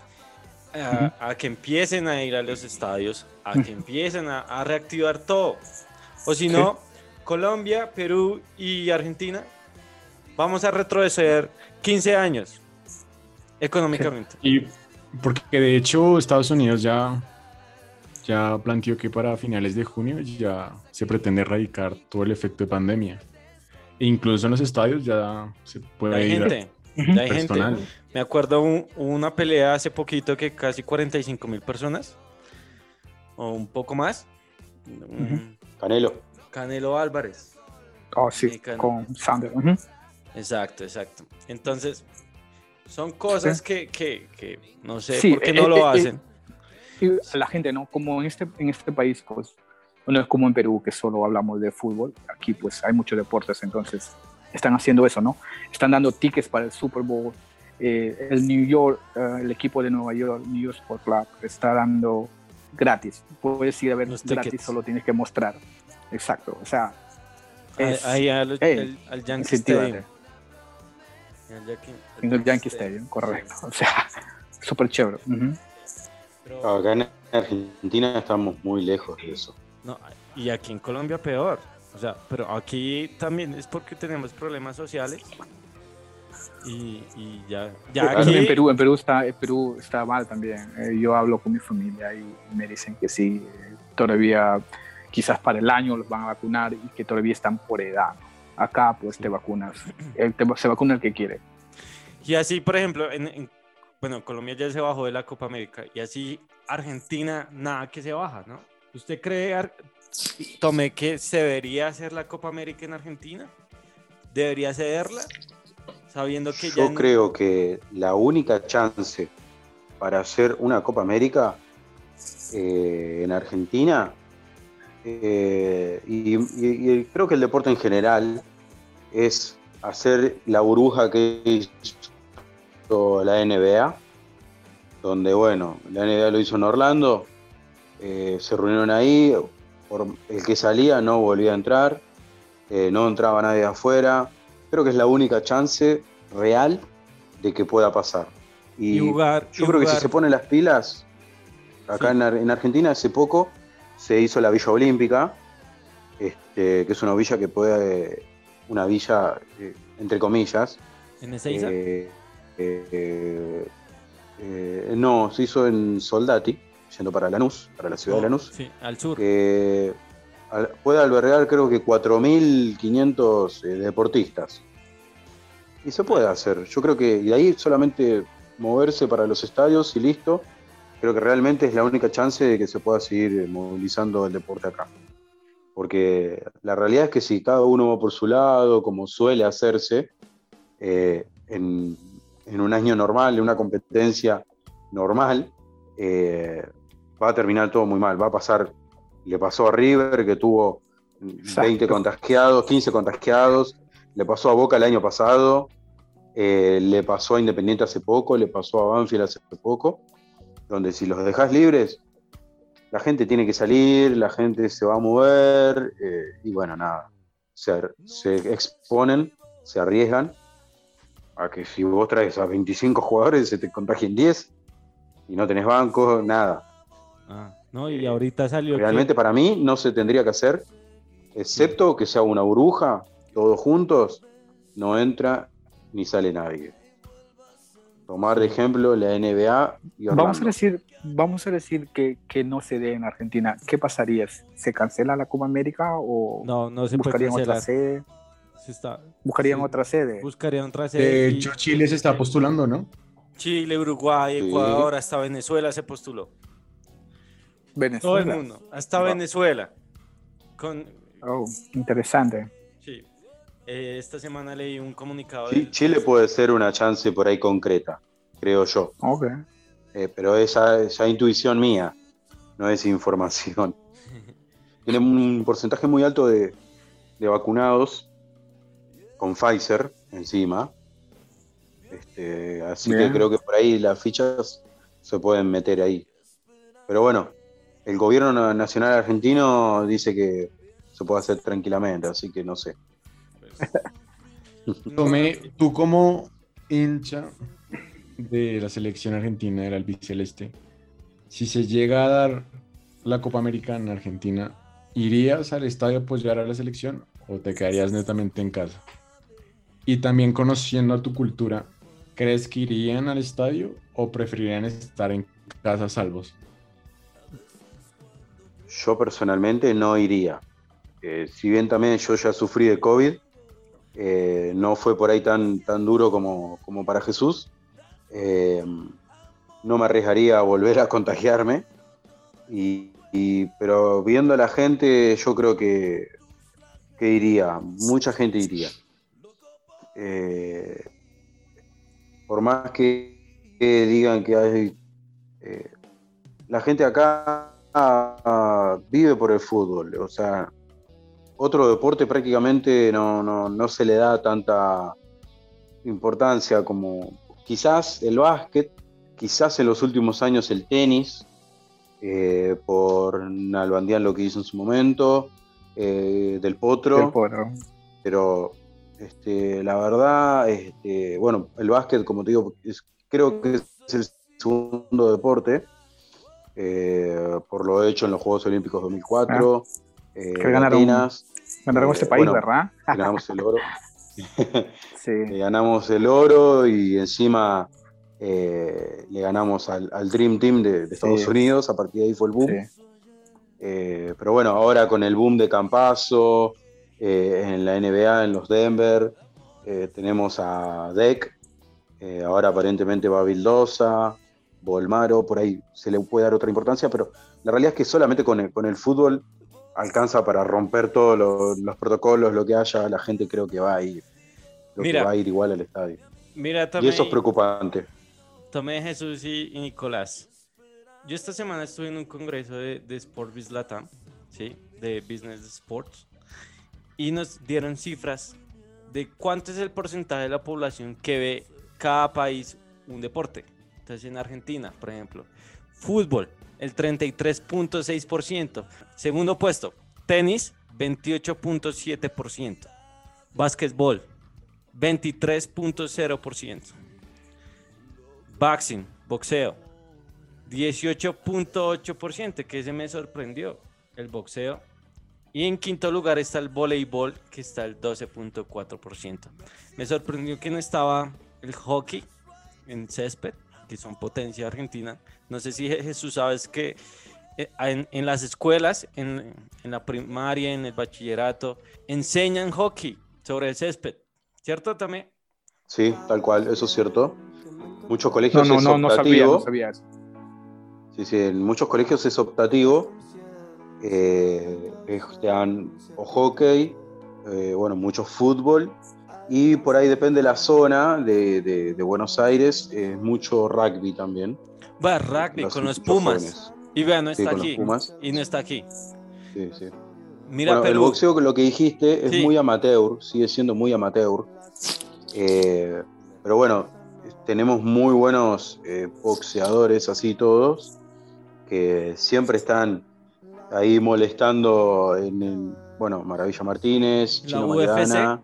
a, a que empiecen a ir a los estadios, a que empiecen a, a reactivar todo. O si no, Colombia, Perú y Argentina, vamos a retroceder quince años económicamente.
Y porque de hecho Estados Unidos ya, ya planteó que para finales de junio ya se pretende erradicar todo el efecto de pandemia. E incluso en los estadios ya se puede
Hay
ir
gente, ya hay
personal.
gente. Me acuerdo un, una pelea hace poquito que casi cuarenta y cinco mil personas, o un poco más. Un
Canelo.
Canelo Álvarez.
Oh, sí,
Mexicano.
con Sanders. Uh-huh.
Exacto, exacto. Entonces, son cosas
Sí.
que, que, que no sé
Sí,
por qué
eh,
no
eh,
lo
eh,
hacen.
Y la gente, ¿no? Como en este, en este país, pues, no es como en Perú, que solo hablamos de fútbol. Aquí, pues, hay muchos deportes, entonces están haciendo eso, ¿no? Están dando tickets para el Super Bowl. Eh, el New York, uh, el equipo de Nueva York, New York Sport Club, está dando gratis. Puedes ir a ver
Los
gratis,
tickets.
solo tienes que mostrar. Exacto, o sea, es,
Ahí al,
hey,
al, al Yankee
incentívate.
Stadium. Al Yankee- al
en el Yankee Stadium, correcto. O sea, súper chévere. Uh-huh.
Pero-
Acá en Argentina estamos muy lejos de eso.
No, y aquí en Colombia peor. O sea, pero aquí también es porque tenemos problemas sociales. Y, y ya, ya
Claro.
aquí.
En Perú, en Perú está, en Perú está mal también. Eh, yo hablo con mi familia y me dicen que sí, eh, todavía quizás para el año los van a vacunar y que todavía están por edad. Acá pues te vacunas, eh, te- se vacuna el que quiere.
Y así, por ejemplo, en, en- bueno, Colombia ya se bajó de la Copa América. Y así, Argentina, nada que se baja, ¿no? ¿Usted cree, Ar- Tomé, que se debería hacer la Copa América en Argentina? ¿Debería cederla? Sabiendo que ya.
Yo
no-
creo que la única chance para hacer una Copa América eh, en Argentina, eh, y, y- y creo que el deporte en general, es hacer la burbuja que hizo la N B A, donde, bueno, la N B A lo hizo en Orlando, eh, se reunieron ahí, por el que salía no volvía a entrar, eh, no entraba nadie de afuera. Creo que es la única chance real de que pueda pasar. Y,
Y jugar.
yo
y
creo que
jugar-
si se ponen las pilas, acá
Sí.
en, Ar- en Argentina hace poco se hizo la Villa Olímpica, este, que es una villa que puede, una villa eh, entre comillas.
¿En Ezeiza?
eh, eh, eh, no, se hizo en Soldati, yendo para Lanús, para la ciudad de Lanús,
Sí, al sur.
que al- puede albergar creo que cuatro mil quinientos eh, deportistas. Y se puede hacer. Yo creo que y de ahí solamente moverse para los estadios y listo. Creo que realmente es la única chance de que se pueda seguir movilizando el deporte acá. Porque la realidad es que si cada uno va por su lado, como suele hacerse, eh, en, en un año normal, en una competencia normal, eh, va a terminar todo muy mal. Va a pasar, le pasó a River, que tuvo veinte contagiados, quince contagiados. Le pasó a Boca el año pasado, eh, le pasó a Independiente hace poco, le pasó a Banfield hace poco, donde si los dejás libres, la gente tiene que salir, la gente se va a mover, eh, y bueno, nada, se, se exponen, se arriesgan a que si vos traes a veinticinco jugadores se te contagien diez y no tenés banco, nada.
Ah, no, y ahorita salió
Realmente
que...
para mí no se tendría que hacer, excepto que sea una burbuja, todos juntos, no entra ni sale nadie. Tomar de ejemplo la N B A y Orlando.
Vamos a decir, vamos a decir que, que no se dé en Argentina. ¿Qué pasaría? ¿Se cancela la Copa América o
No, no se puede
buscarían otra
cancelar.
sede?
Se está...
¿Buscarían
sí,
otra sede?
Buscarían otra sede.
De
y-
hecho, Chile se está postulando, ¿no?
Chile, Uruguay,
Sí.
Ecuador, hasta Venezuela se postuló. Todo
Venezuela.
el mundo, hasta
No.
Venezuela. Con,
Oh, interesante.
sí. Eh, esta semana leí un comunicado
Sí,
del-
Chile puede ser una chance por ahí concreta, creo yo.
Ok.
Eh, pero esa es intuición mía, no es información. Tiene un porcentaje muy alto de, de vacunados con Pfizer encima. Este, así
Bien.
que creo que por ahí las fichas se pueden meter ahí. Pero bueno, el gobierno na- nacional argentino dice que se puede hacer tranquilamente, así que no sé.
Tomé, tú como hincha de la selección argentina del albiceleste, si se llega a dar la Copa América en Argentina, ¿irías al estadio a apoyar a la selección o te quedarías netamente en casa? Y también conociendo a tu cultura, ¿crees que irían al estadio o preferirían estar en casa salvos?
Yo personalmente no iría. Eh, si bien también yo ya sufrí de COVID, eh, no fue por ahí tan, tan duro como, como para Jesús. Eh, no me arriesgaría a volver a contagiarme. Y, y- pero viendo a la gente, yo creo que, que iría. Mucha gente iría. Eh, por más que, que digan que hay... eh, la gente acá ah, vive por el fútbol, o sea, otro deporte prácticamente no, no, no se le da tanta importancia como quizás el básquet, quizás en los últimos años el tenis, eh, por Nalbandián lo que hizo en su momento, eh, del Potro,
Del Potro.
pero este, la verdad, este, bueno, el básquet, como te digo, es- creo que es el segundo deporte, eh, por lo hecho en los Juegos Olímpicos dos mil cuatro, eh,
Que ganaron-
Atenas,
Ganaron
Eh,
este país,
bueno.
¿verdad?
ganamos el oro.
Sí.
Le ganamos el oro y encima eh, le ganamos al, al Dream Team de, de Estados
Sí.
Unidos, a partir de ahí fue el boom.
Sí.
Eh, pero bueno, ahora con el boom de Campazzo, eh, en la N B A, en los Denver, eh, tenemos a Deck, eh, ahora aparentemente va Vildosa, Bolmaro, por ahí se le puede dar otra importancia, pero la realidad es que solamente con el, con el fútbol alcanza para romper todos lo- los protocolos, lo que haya, la gente creo que va a ir, creo
Mira.
que va a ir igual al estadio.
Mira,
Y
también,
eso es preocupante.
Tomé, Jesús y, y Nicolás. Yo esta semana estuve en un congreso de, de Sport Biz Latam, ¿sí? De Business Sports, y nos dieron cifras de cuánto es el porcentaje de la población que ve cada país un deporte. Entonces, en Argentina, por ejemplo, fútbol, el treinta y tres punto seis por ciento. Segundo puesto, tenis, veintiocho punto siete por ciento. Básquetbol, veintitrés punto cero por ciento. Boxing, boxeo, dieciocho punto ocho por ciento, que ese me sorprendió, el boxeo. Y en quinto lugar está el voleibol, que está el doce punto cuatro por ciento. Me sorprendió que no estaba el hockey en césped, que son potencia argentina. No sé si Jesús sabes que eh, en, en las escuelas, en, en la primaria, en el bachillerato, enseñan hockey sobre el césped, ¿cierto también?
Sí, tal cual, eso es cierto. Muchos
No,
colegios
no,
es
no, no sabía,
optativo.
no sabía eso.
Sí, sí, en muchos colegios es optativo. Eh, es- te dan o hockey, eh, bueno, mucho fútbol. Y por ahí depende de la zona de, de- de Buenos Aires, es mucho rugby también.
Va, rugby
Los
con los
muchos
Pumas.
jóvenes.
Y vea, no
Sí,
está
con los
aquí.
Pumas.
Y no está aquí.
Sí, sí.
Mira,
Bueno, el
Perú.
boxeo, lo que dijiste, es
Sí.
muy amateur, sigue siendo muy amateur. Eh, pero bueno, tenemos muy buenos eh, boxeadores, así todos, que siempre están ahí molestando en el, bueno, Maravilla Martínez,
La
Chino
U F C.
Maidana.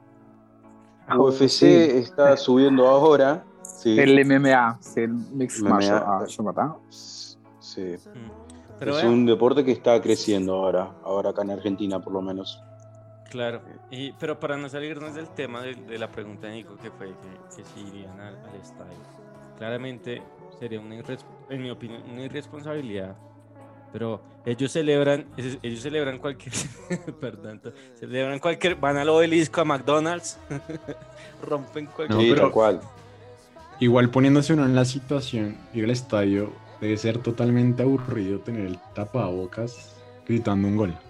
Oh,
U F C
sí.
está subiendo ahora, sí,
El M M A, el Mixed
M M A,
Martial Arts, ¿verdad?
sí.
Mm. Pero
Es
vean,
un deporte que está creciendo ahora, ahora acá en Argentina por lo menos.
claro. Y, pero para no salirnos del tema de, de la pregunta de Nico, que fue que, que si irían al, al estadio, claramente sería una, irres- en mi opinión, una irresponsabilidad. Pero ellos celebran, ellos ellos celebran cualquier, perdón, to- celebran cualquier, van al obelisco, a McDonald's, rompen cualquier.
No,
Sí,
pero-
tal cual.
Igual poniéndose uno en la situación, ir al estadio debe ser totalmente aburrido tener el tapabocas gritando un gol.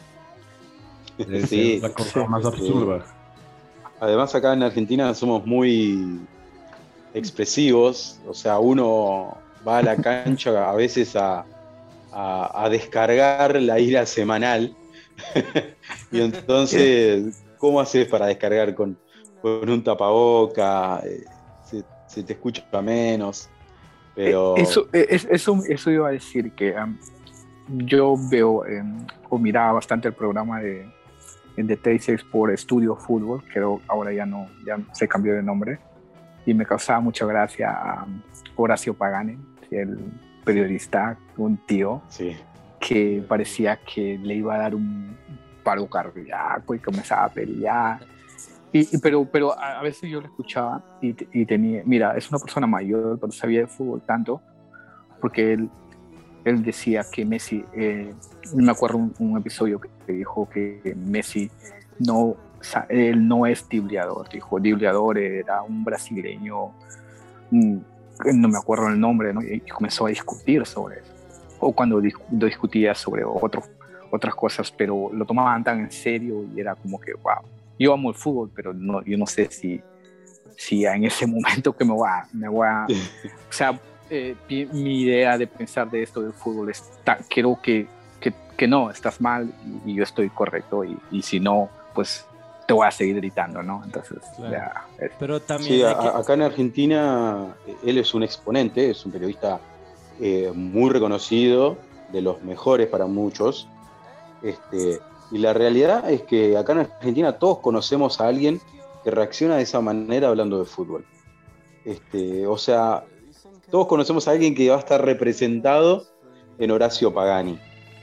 Debe
Sí,
ser la cosa
sí,
más
sí.
absurda.
Además acá en Argentina somos muy expresivos, o sea, uno va a la cancha a veces a, a- a descargar la ira semanal. Y entonces, ¿cómo haces para descargar con, con un tapaboca? Eh, Se, se te escucha menos, pero
Eh, Eso, eh, es- eso, eso iba a decir que um, yo veo em, o miraba bastante el programa de, de T seis por Estudio Fútbol, que ahora ya no, ya se cambió de nombre, y me causaba mucha gracia a Horacio Pagani, el periodista, un tío
sí.
que parecía que le iba a dar un paro cardíaco y comenzaba a pelear. Y, y pero, pero a, a veces yo lo escuchaba y, y tenía, mira, es una persona mayor, pero sabía de fútbol tanto, porque él, él decía que Messi, eh, me acuerdo un, un episodio que, que dijo que Messi no, sa- él no es dribleador, dijo, dribleador era un brasileño, mm, no me acuerdo el nombre, ¿no? Y comenzó a discutir sobre eso. O cuando dis- discutía sobre otros otras cosas, pero lo tomaban tan en serio y era como que, wow, yo amo el fútbol, pero no, yo no sé si, si en ese momento que me voy a, me voy a o sea, eh, pi- mi idea de pensar de esto del fútbol es, ta- creo que, que, que no, estás mal y, y yo estoy correcto y, y si no, pues te voy a seguir gritando, ¿no? Entonces,
Claro.
ya, es-
Pero también
Sí,
hay
a-
que-
acá en Argentina eh, él es un exponente, es un periodista eh, muy reconocido, de los mejores para muchos. Este, y la realidad es que acá en Argentina todos conocemos a alguien que reacciona de esa manera hablando de fútbol. Este, o sea, todos conocemos a alguien que va a estar representado en Horacio Pagani.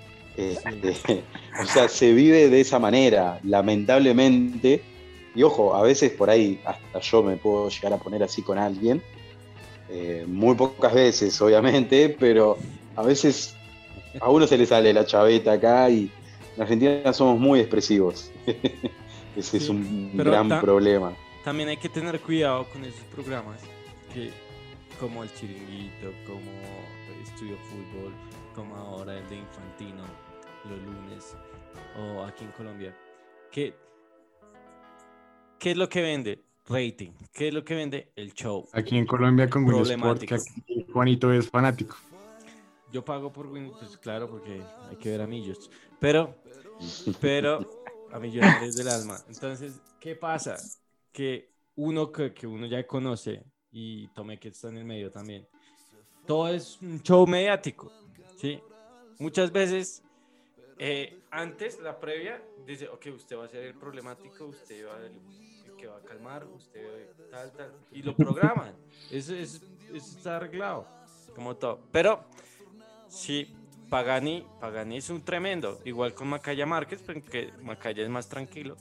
Este, o sea, se vive de esa manera, lamentablemente. Y ojo, a veces por ahí hasta yo me puedo llegar a poner así con alguien. Eh, muy pocas veces, obviamente, pero a veces a uno se le sale la chaveta acá y en Argentina somos muy expresivos. Ese es
Sí,
un
pero
gran
ta-
problema.
también hay que tener cuidado con esos programas que, como el Chiringuito, como Estudio Fútbol, como ahora el de Infantino los lunes o aquí en Colombia, que ¿qué es lo que vende? Rating. ¿Qué es lo que vende? El show.
Aquí en Colombia con Win Sport, que
Problemático.
aquí Juanito es fanático.
Yo pago por Win, pues claro, porque hay que ver a Millos. Pero, pero a Millonarios del Alma. Entonces, ¿qué pasa? Que uno que, que uno ya conoce, y Tomé que está en el medio también, todo es un show mediático, ¿sí? Muchas veces, eh, antes, la previa, dice, ok, usted va a ser el problemático, usted va a el que va a calmar, usted tal, tal, y lo programan. Eso, es, eso está arreglado, como todo. Pero, sí, Pagani, Pagani es un tremendo, igual con Macaya Márquez, porque Macaya es más tranquilo.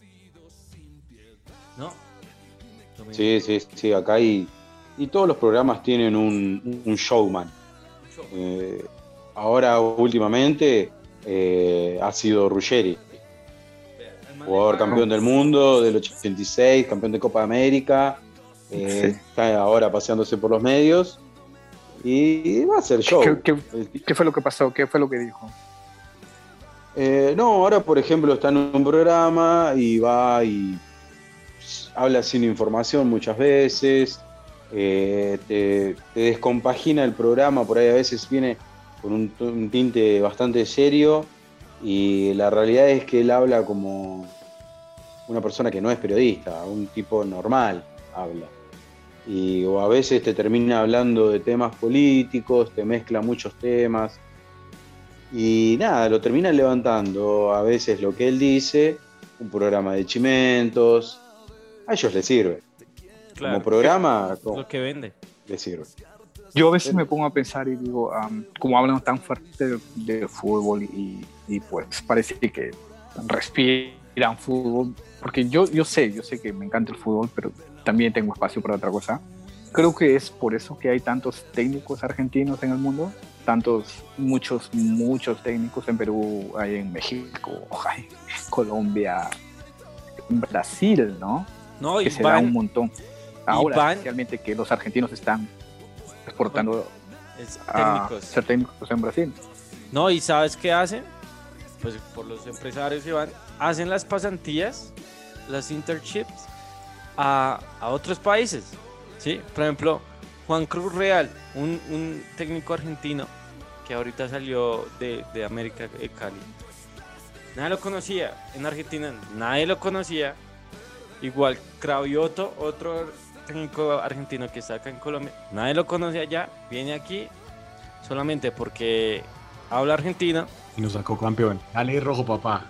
¿No? Tomé-
Sí, sí, sí, acá hay. Y todos los programas tienen un, un showman.
show.
Eh, ahora, últimamente, eh, ha sido Ruggeri,
Vea, al man le
jugador
pagan-
campeón del mundo del ochenta y seis, campeón de Copa América. eh,
Sí.
Está ahora paseándose por los medios y va a hacer show.
¿Qué, qué,
El-
qué fue lo que pasó? ¿Qué fue lo que dijo?
Eh, no, ahora por ejemplo está en un programa y va y habla sin información muchas veces, eh, te, te descompagina el programa, por ahí a veces viene con un, un tinte bastante serio Y la realidad es que él habla como una persona que no es periodista, un tipo normal habla. Y o a veces te termina hablando de temas políticos, te mezcla muchos temas. Y nada, lo termina levantando a veces lo que él dice, un programa de chimentos, a ellos les sirve.
Claro,
Como programa,
es
como-
lo que vende.
les sirve.
Yo a veces me pongo a pensar y digo, um, como hablan tan fuerte de, de fútbol y, y pues parece que respiran fútbol, porque yo, yo sé, yo sé que me encanta el fútbol, pero también tengo espacio para otra cosa. Creo que es por eso que hay tantos técnicos argentinos en el mundo, tantos, muchos, muchos técnicos en Perú, hay en México, hay en Colombia, en Brasil, ¿no?
No, y
Que se da
van,
un montón. Ahora,
van-
especialmente que los argentinos están exportando
es
a
técnicos.
ser técnicos en Brasil.
No, y ¿sabes qué hacen? Pues por los empresarios que van, hacen las pasantías, las internships a, a otros países, ¿sí? Por ejemplo, Juan Cruz Real, un, un técnico argentino que ahorita salió de, de América de Cali. Nadie lo conocía en Argentina, nadie lo conocía. Igual Cravioto, otro técnico argentino que está acá en Colombia, nadie lo conoce allá, viene aquí solamente porque habla argentino.
Y nos sacó campeón. Dale rojo, papá.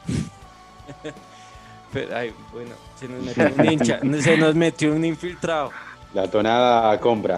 Pero, ay, bueno, se nos metió un hincha, se nos metió un infiltrado.
La tonada compra.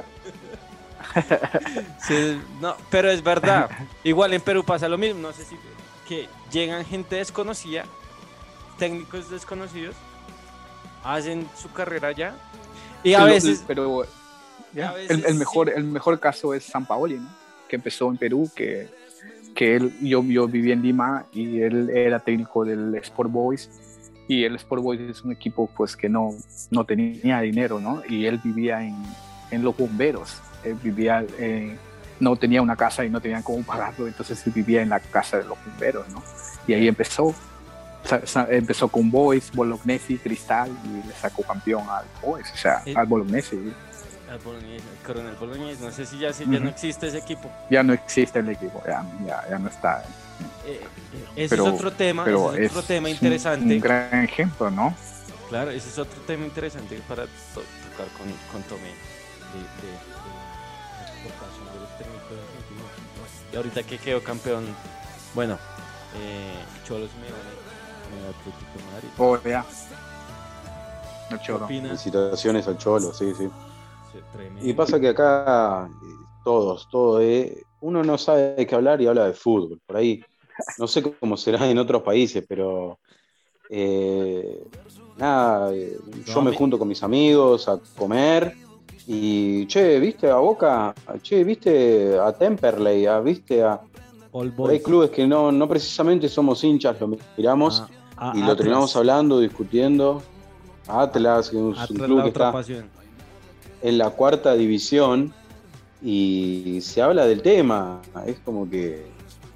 Se- no, pero es verdad. Igual en Perú pasa lo mismo. No sé si que llegan gente desconocida, técnicos desconocidos, hacen su carrera allá y a
Pero-
veces
pero ya,
a veces
el, el
sí.
mejor el mejor caso es Sampaoli, ¿no? Que empezó en Perú, que, que él, yo, yo viví en Lima y él era técnico del Sport Boys, y el Sport Boys es un equipo pues que no, no tenía dinero, ¿no? Y él vivía en, en Los Bomberos, él vivía en, no tenía una casa y no tenían cómo pagarlo, entonces él vivía en la casa de Los Bomberos, ¿no? Y ahí empezó. Sa- sa- empezó con Boys, Bolognesi, Cristal, y le sacó campeón al Boys, o sea,
Eh.
al Bolognesi.
al Boloñés, el Coronel Boloñés, no sé si ya, si ya no
Ujú.
existe ese equipo.
Ya no existe el equipo, ya, ya, ya no está.
Eh, eh, ese
Pero-
es otro tema,
Pero
ese es otro
es
tema
un-
interesante.
Un, gran ejemplo, ¿no?
Claro, ese es otro tema interesante para to- tocar con, con Tomé de, de, de la exportación de los técnicos argentinos. Y ahorita que quedó campeón, bueno, eh, Cholo Simeone, en el Atlético de Madrid.
Oh, ya. El
¿Qué
Cholo.
opinas?
Felicitaciones al Cholo, sí, sí.
Sí, tremendo.
Y pasa que acá eh, todos, todo, eh, uno no sabe de qué hablar y habla de fútbol. Por ahí, no sé cómo será en otros países, pero eh, nada, eh, yo
No,
me
mi-
junto con mis amigos a comer y, che, ¿viste a Boca? Che, ¿viste a Temperley? ¿A- ¿Viste a...?
All
Por ahí
Boys.
clubes que no, no precisamente somos hinchas, lo miramos
Ah,
y
ah,
lo
Atlas.
terminamos hablando, discutiendo. Atlas, que es un
Atlas,
club
la
que
otra
está
pasión.
en la cuarta división y se habla del tema. Es como que.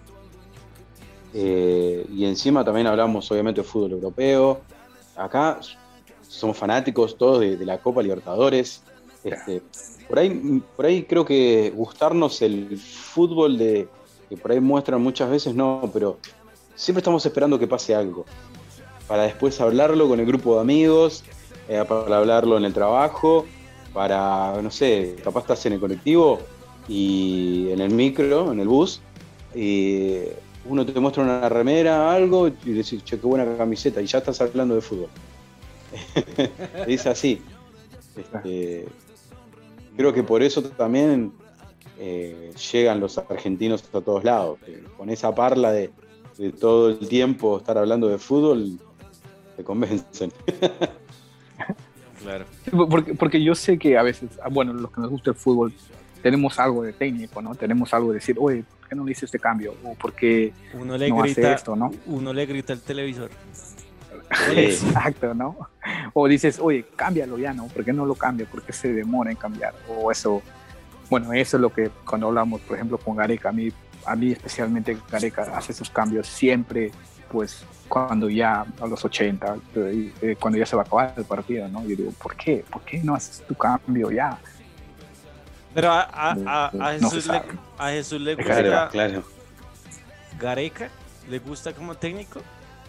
eh, y encima también hablamos, obviamente, de fútbol europeo. Acá somos fanáticos todos de, de la Copa Libertadores. Este, por ahí, por ahí creo que gustarnos el fútbol de que por ahí muestran muchas veces, no, pero siempre estamos esperando que pase algo. Para después hablarlo con el grupo de amigos, eh, para hablarlo en el trabajo, para, no sé, capaz estás en el colectivo y en el micro, en el bus, y uno te muestra una remera, algo, y decís, che, qué buena camiseta, y ya estás hablando de fútbol. Es así. Este, creo que por eso también eh, llegan los argentinos a todos lados, que con esa parla de, de todo el tiempo estar hablando de fútbol, te convencen.
Claro.
Porque, porque yo sé que a veces, ah, bueno, los que nos gusta el fútbol, tenemos algo de técnico, ¿no? Tenemos algo de decir, oye, ¿por qué no le hice este cambio? O ¿por qué
Uno le
no hace
grita,
esto, no?
uno le grita al televisor.
Sí.
Exacto, ¿no? O dices, oye, cámbialo ya, ¿no? ¿Por qué no lo cambia? ¿Por qué se demora en cambiar? O eso, bueno, eso es lo que cuando hablamos, por ejemplo, con Gareca, a mí, a mí especialmente Gareca hace sus cambios siempre, pues, cuando ya a los ochenta, eh, eh, cuando ya se va a acabar el partido, ¿no? Yo digo, ¿por qué? ¿Por qué no haces tu cambio ya?
Pero a, a, a, a
No se
Jesús, le,
sabe.
a Jesús le gusta
Claro, claro.
Gareca
¿Le gusta como técnico?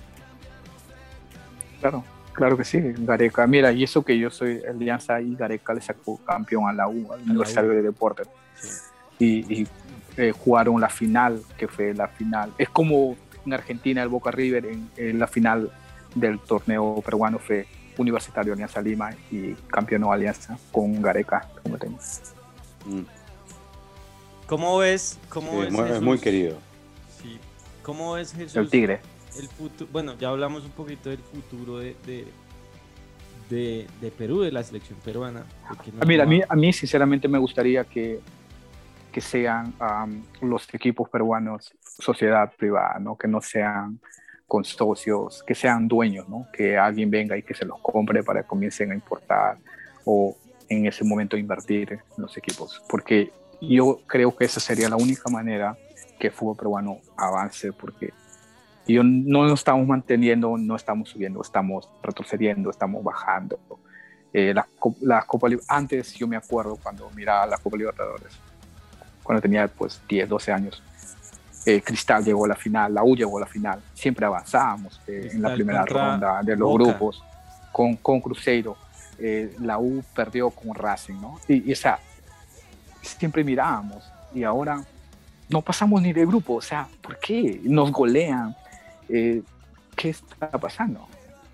Claro, claro que sí, Gareca. Mira, y eso que yo soy Alianza y Gareca le sacó campeón a la U, al Universitario de Deportes.
Sí.
Y, y eh, jugaron la final, que fue la final. Es como en Argentina el Boca River en, en la final del torneo peruano fue Universitario Alianza Lima y campeonó Alianza con Gareca como técnico.
Mm.
¿Cómo ves? ¿Cómo
Sí,
ves
muy- es
Jesús?
muy querido.
Sí. ¿Cómo ves Jesús?
El Tigre.
El futuro, bueno, ya hablamos un poquito del futuro de, de, de, de Perú, de la selección peruana. de que nos
Ah, Mira, a
va-
mí, a mí sinceramente me gustaría que, que sean um, los equipos peruanos sociedad privada, ¿no? Que no sean con socios, que sean dueños, ¿no? Que alguien venga y que se los compre para que comiencen a importar o en ese momento invertir en los equipos. Porque yo creo que esa sería la única manera que el fútbol peruano avance, porque yo no nos estamos manteniendo, no estamos subiendo, estamos retrocediendo, estamos bajando. Eh, la, la Copa Li- antes yo me acuerdo cuando miraba la Copa Libertadores, cuando tenía pues diez, doce años, eh, Cristal llegó a la final, la U llegó a la final, siempre avanzábamos eh, en la
Cristal
primera
contra
ronda de los
Boca.
grupos con, con Cruzeiro, eh, la U perdió con Racing, ¿no? Y, y o sea, siempre mirábamos y ahora no pasamos ni de grupo, o sea, ¿por qué? Nos golean, eh, ¿qué está pasando?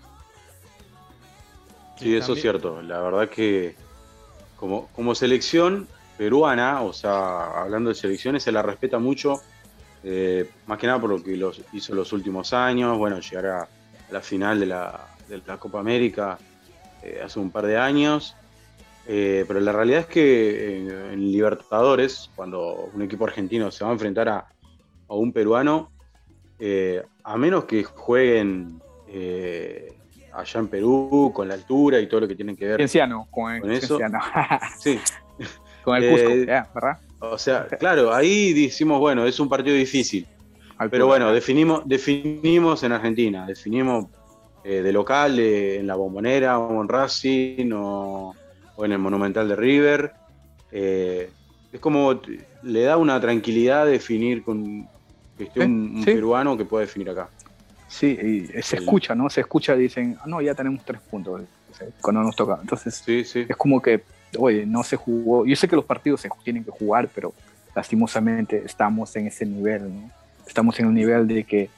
Sí, eso es cierto. La verdad que como, como selección peruana, o sea, hablando de selecciones, se la respeta mucho, eh, más que nada por lo que los hizo los últimos años, bueno, llegar a, a la final de la, de la Copa América eh, hace un par de años, eh, pero la realidad es que en, en Libertadores, cuando un equipo argentino se va a enfrentar a, a un peruano, eh, a menos que jueguen eh, allá en Perú, con la altura y todo lo que tiene que ver
Cienciano, con el
con eso.
Cienciano.
Sí,
Con el Cusco,
Eh,
ya, ¿verdad?
o sea, claro, ahí decimos, bueno, es un partido difícil,
Altura,
pero bueno,
ya.
definimos, definimos en Argentina, definimos eh, de local, eh, en la Bombonera, o en Racing, o, o en el Monumental de River. Eh, es como, t- le da una tranquilidad definir con que esté
Sí,
un, un
sí.
peruano que pueda definir acá.
Sí, y se
El-
escucha, ¿no? Se escucha, dicen, ah, no, ya tenemos tres puntos cuando nos toca. Entonces,
Sí, sí.
es como que, oye, no se jugó. Yo sé que los partidos se tienen que jugar, pero lastimosamente estamos en ese nivel, ¿no? Estamos en un nivel de que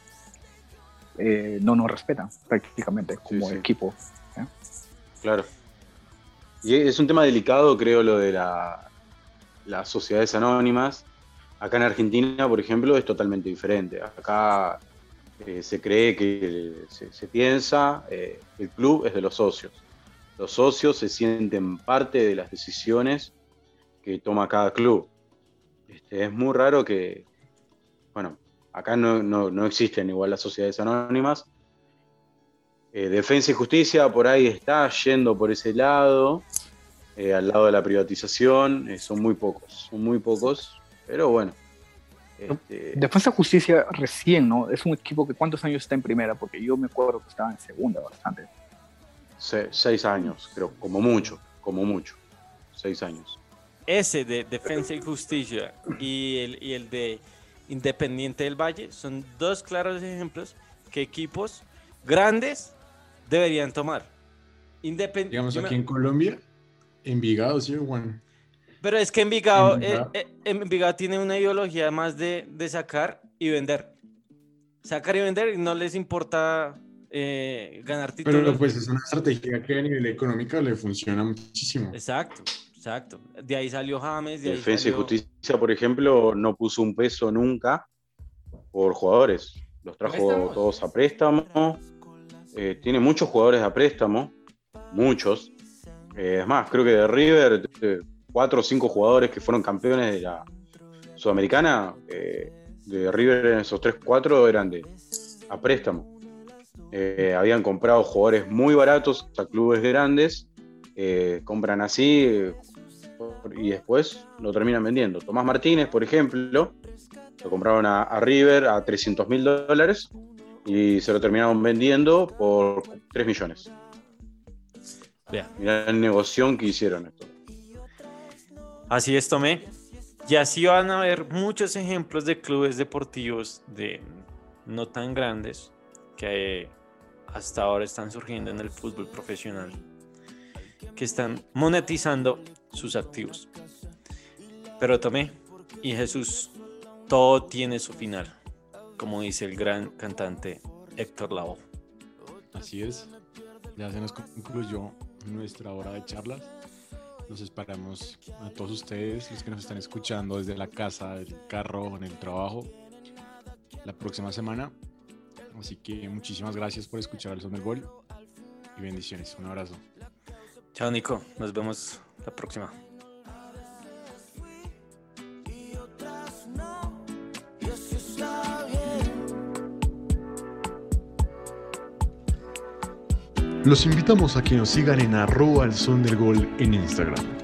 eh, no nos respetan prácticamente como
Sí, sí.
equipo. ¿eh?
Claro. Y es un tema delicado, creo, lo de la, las sociedades anónimas. Acá en Argentina, por ejemplo, es totalmente diferente. Acá eh, se cree que se, se piensa, eh, el club es de los socios. Los socios se sienten parte de las decisiones que toma cada club. Este, es muy raro que, bueno, acá no, no, no existen igual las sociedades anónimas. Eh, Defensa y Justicia por ahí está yendo por ese lado, eh, al lado de la privatización, eh, son muy pocos, son muy pocos, pero bueno. Este,
Defensa y Justicia recién, ¿no? Es un equipo que ¿cuántos años está en primera? Porque yo me acuerdo que estaba en segunda bastante.
se- seis años, creo, como mucho, como mucho, seis años.
Ese de Defensa y Justicia y el, y el de Independiente del Valle son dos claros ejemplos que equipos grandes deberían tomar. Independ-
Digamos
yo me-
aquí en Colombia, Envigado, sí, Juan.
Pero es que Envigado, eh,
Envigado.
eh, Envigado tiene una ideología más de, de sacar y vender. Sacar y vender y no les importa eh, ganar títulos.
Pero pues es una estrategia que a nivel económico le funciona muchísimo.
Exacto, exacto. De ahí salió James, de ahí
Defensa y
salió...
Justicia, por ejemplo, no puso un peso nunca por jugadores. Los trajo
¿Préstamos?
todos a préstamo. Eh, tiene muchos jugadores a préstamo, muchos. Eh, es más, creo que de River, eh, cuatro o cinco jugadores que fueron campeones de la Sudamericana, eh, de River en esos tres, cuatro eran de a préstamo. Eh, habían comprado jugadores muy baratos a clubes grandes, eh, compran así eh, y después lo terminan vendiendo. Tomás Martínez, por ejemplo, lo compraron a, a River a trescientos mil dólares y se lo terminaron vendiendo por tres millones.
Vea.
Mirá el negocio que hicieron esto.
Así es, Tomé. Y así van a haber muchos ejemplos de clubes deportivos de, no tan grandes que eh, hasta ahora están surgiendo en el fútbol profesional, que están monetizando sus activos. Pero Tomé y Jesús, todo tiene su final, como dice el gran cantante Héctor Lavoe.
Así es, ya se nos concluyó nuestra hora de charlas. Los esperamos a todos ustedes, los que nos están escuchando desde la casa, del carro, en el trabajo, la próxima semana. Así que muchísimas gracias por escuchar el Son del Gol y bendiciones. Un abrazo.
Chao, Nico, nos vemos la próxima.
Los invitamos a que nos sigan en arroba el son del gol en Instagram.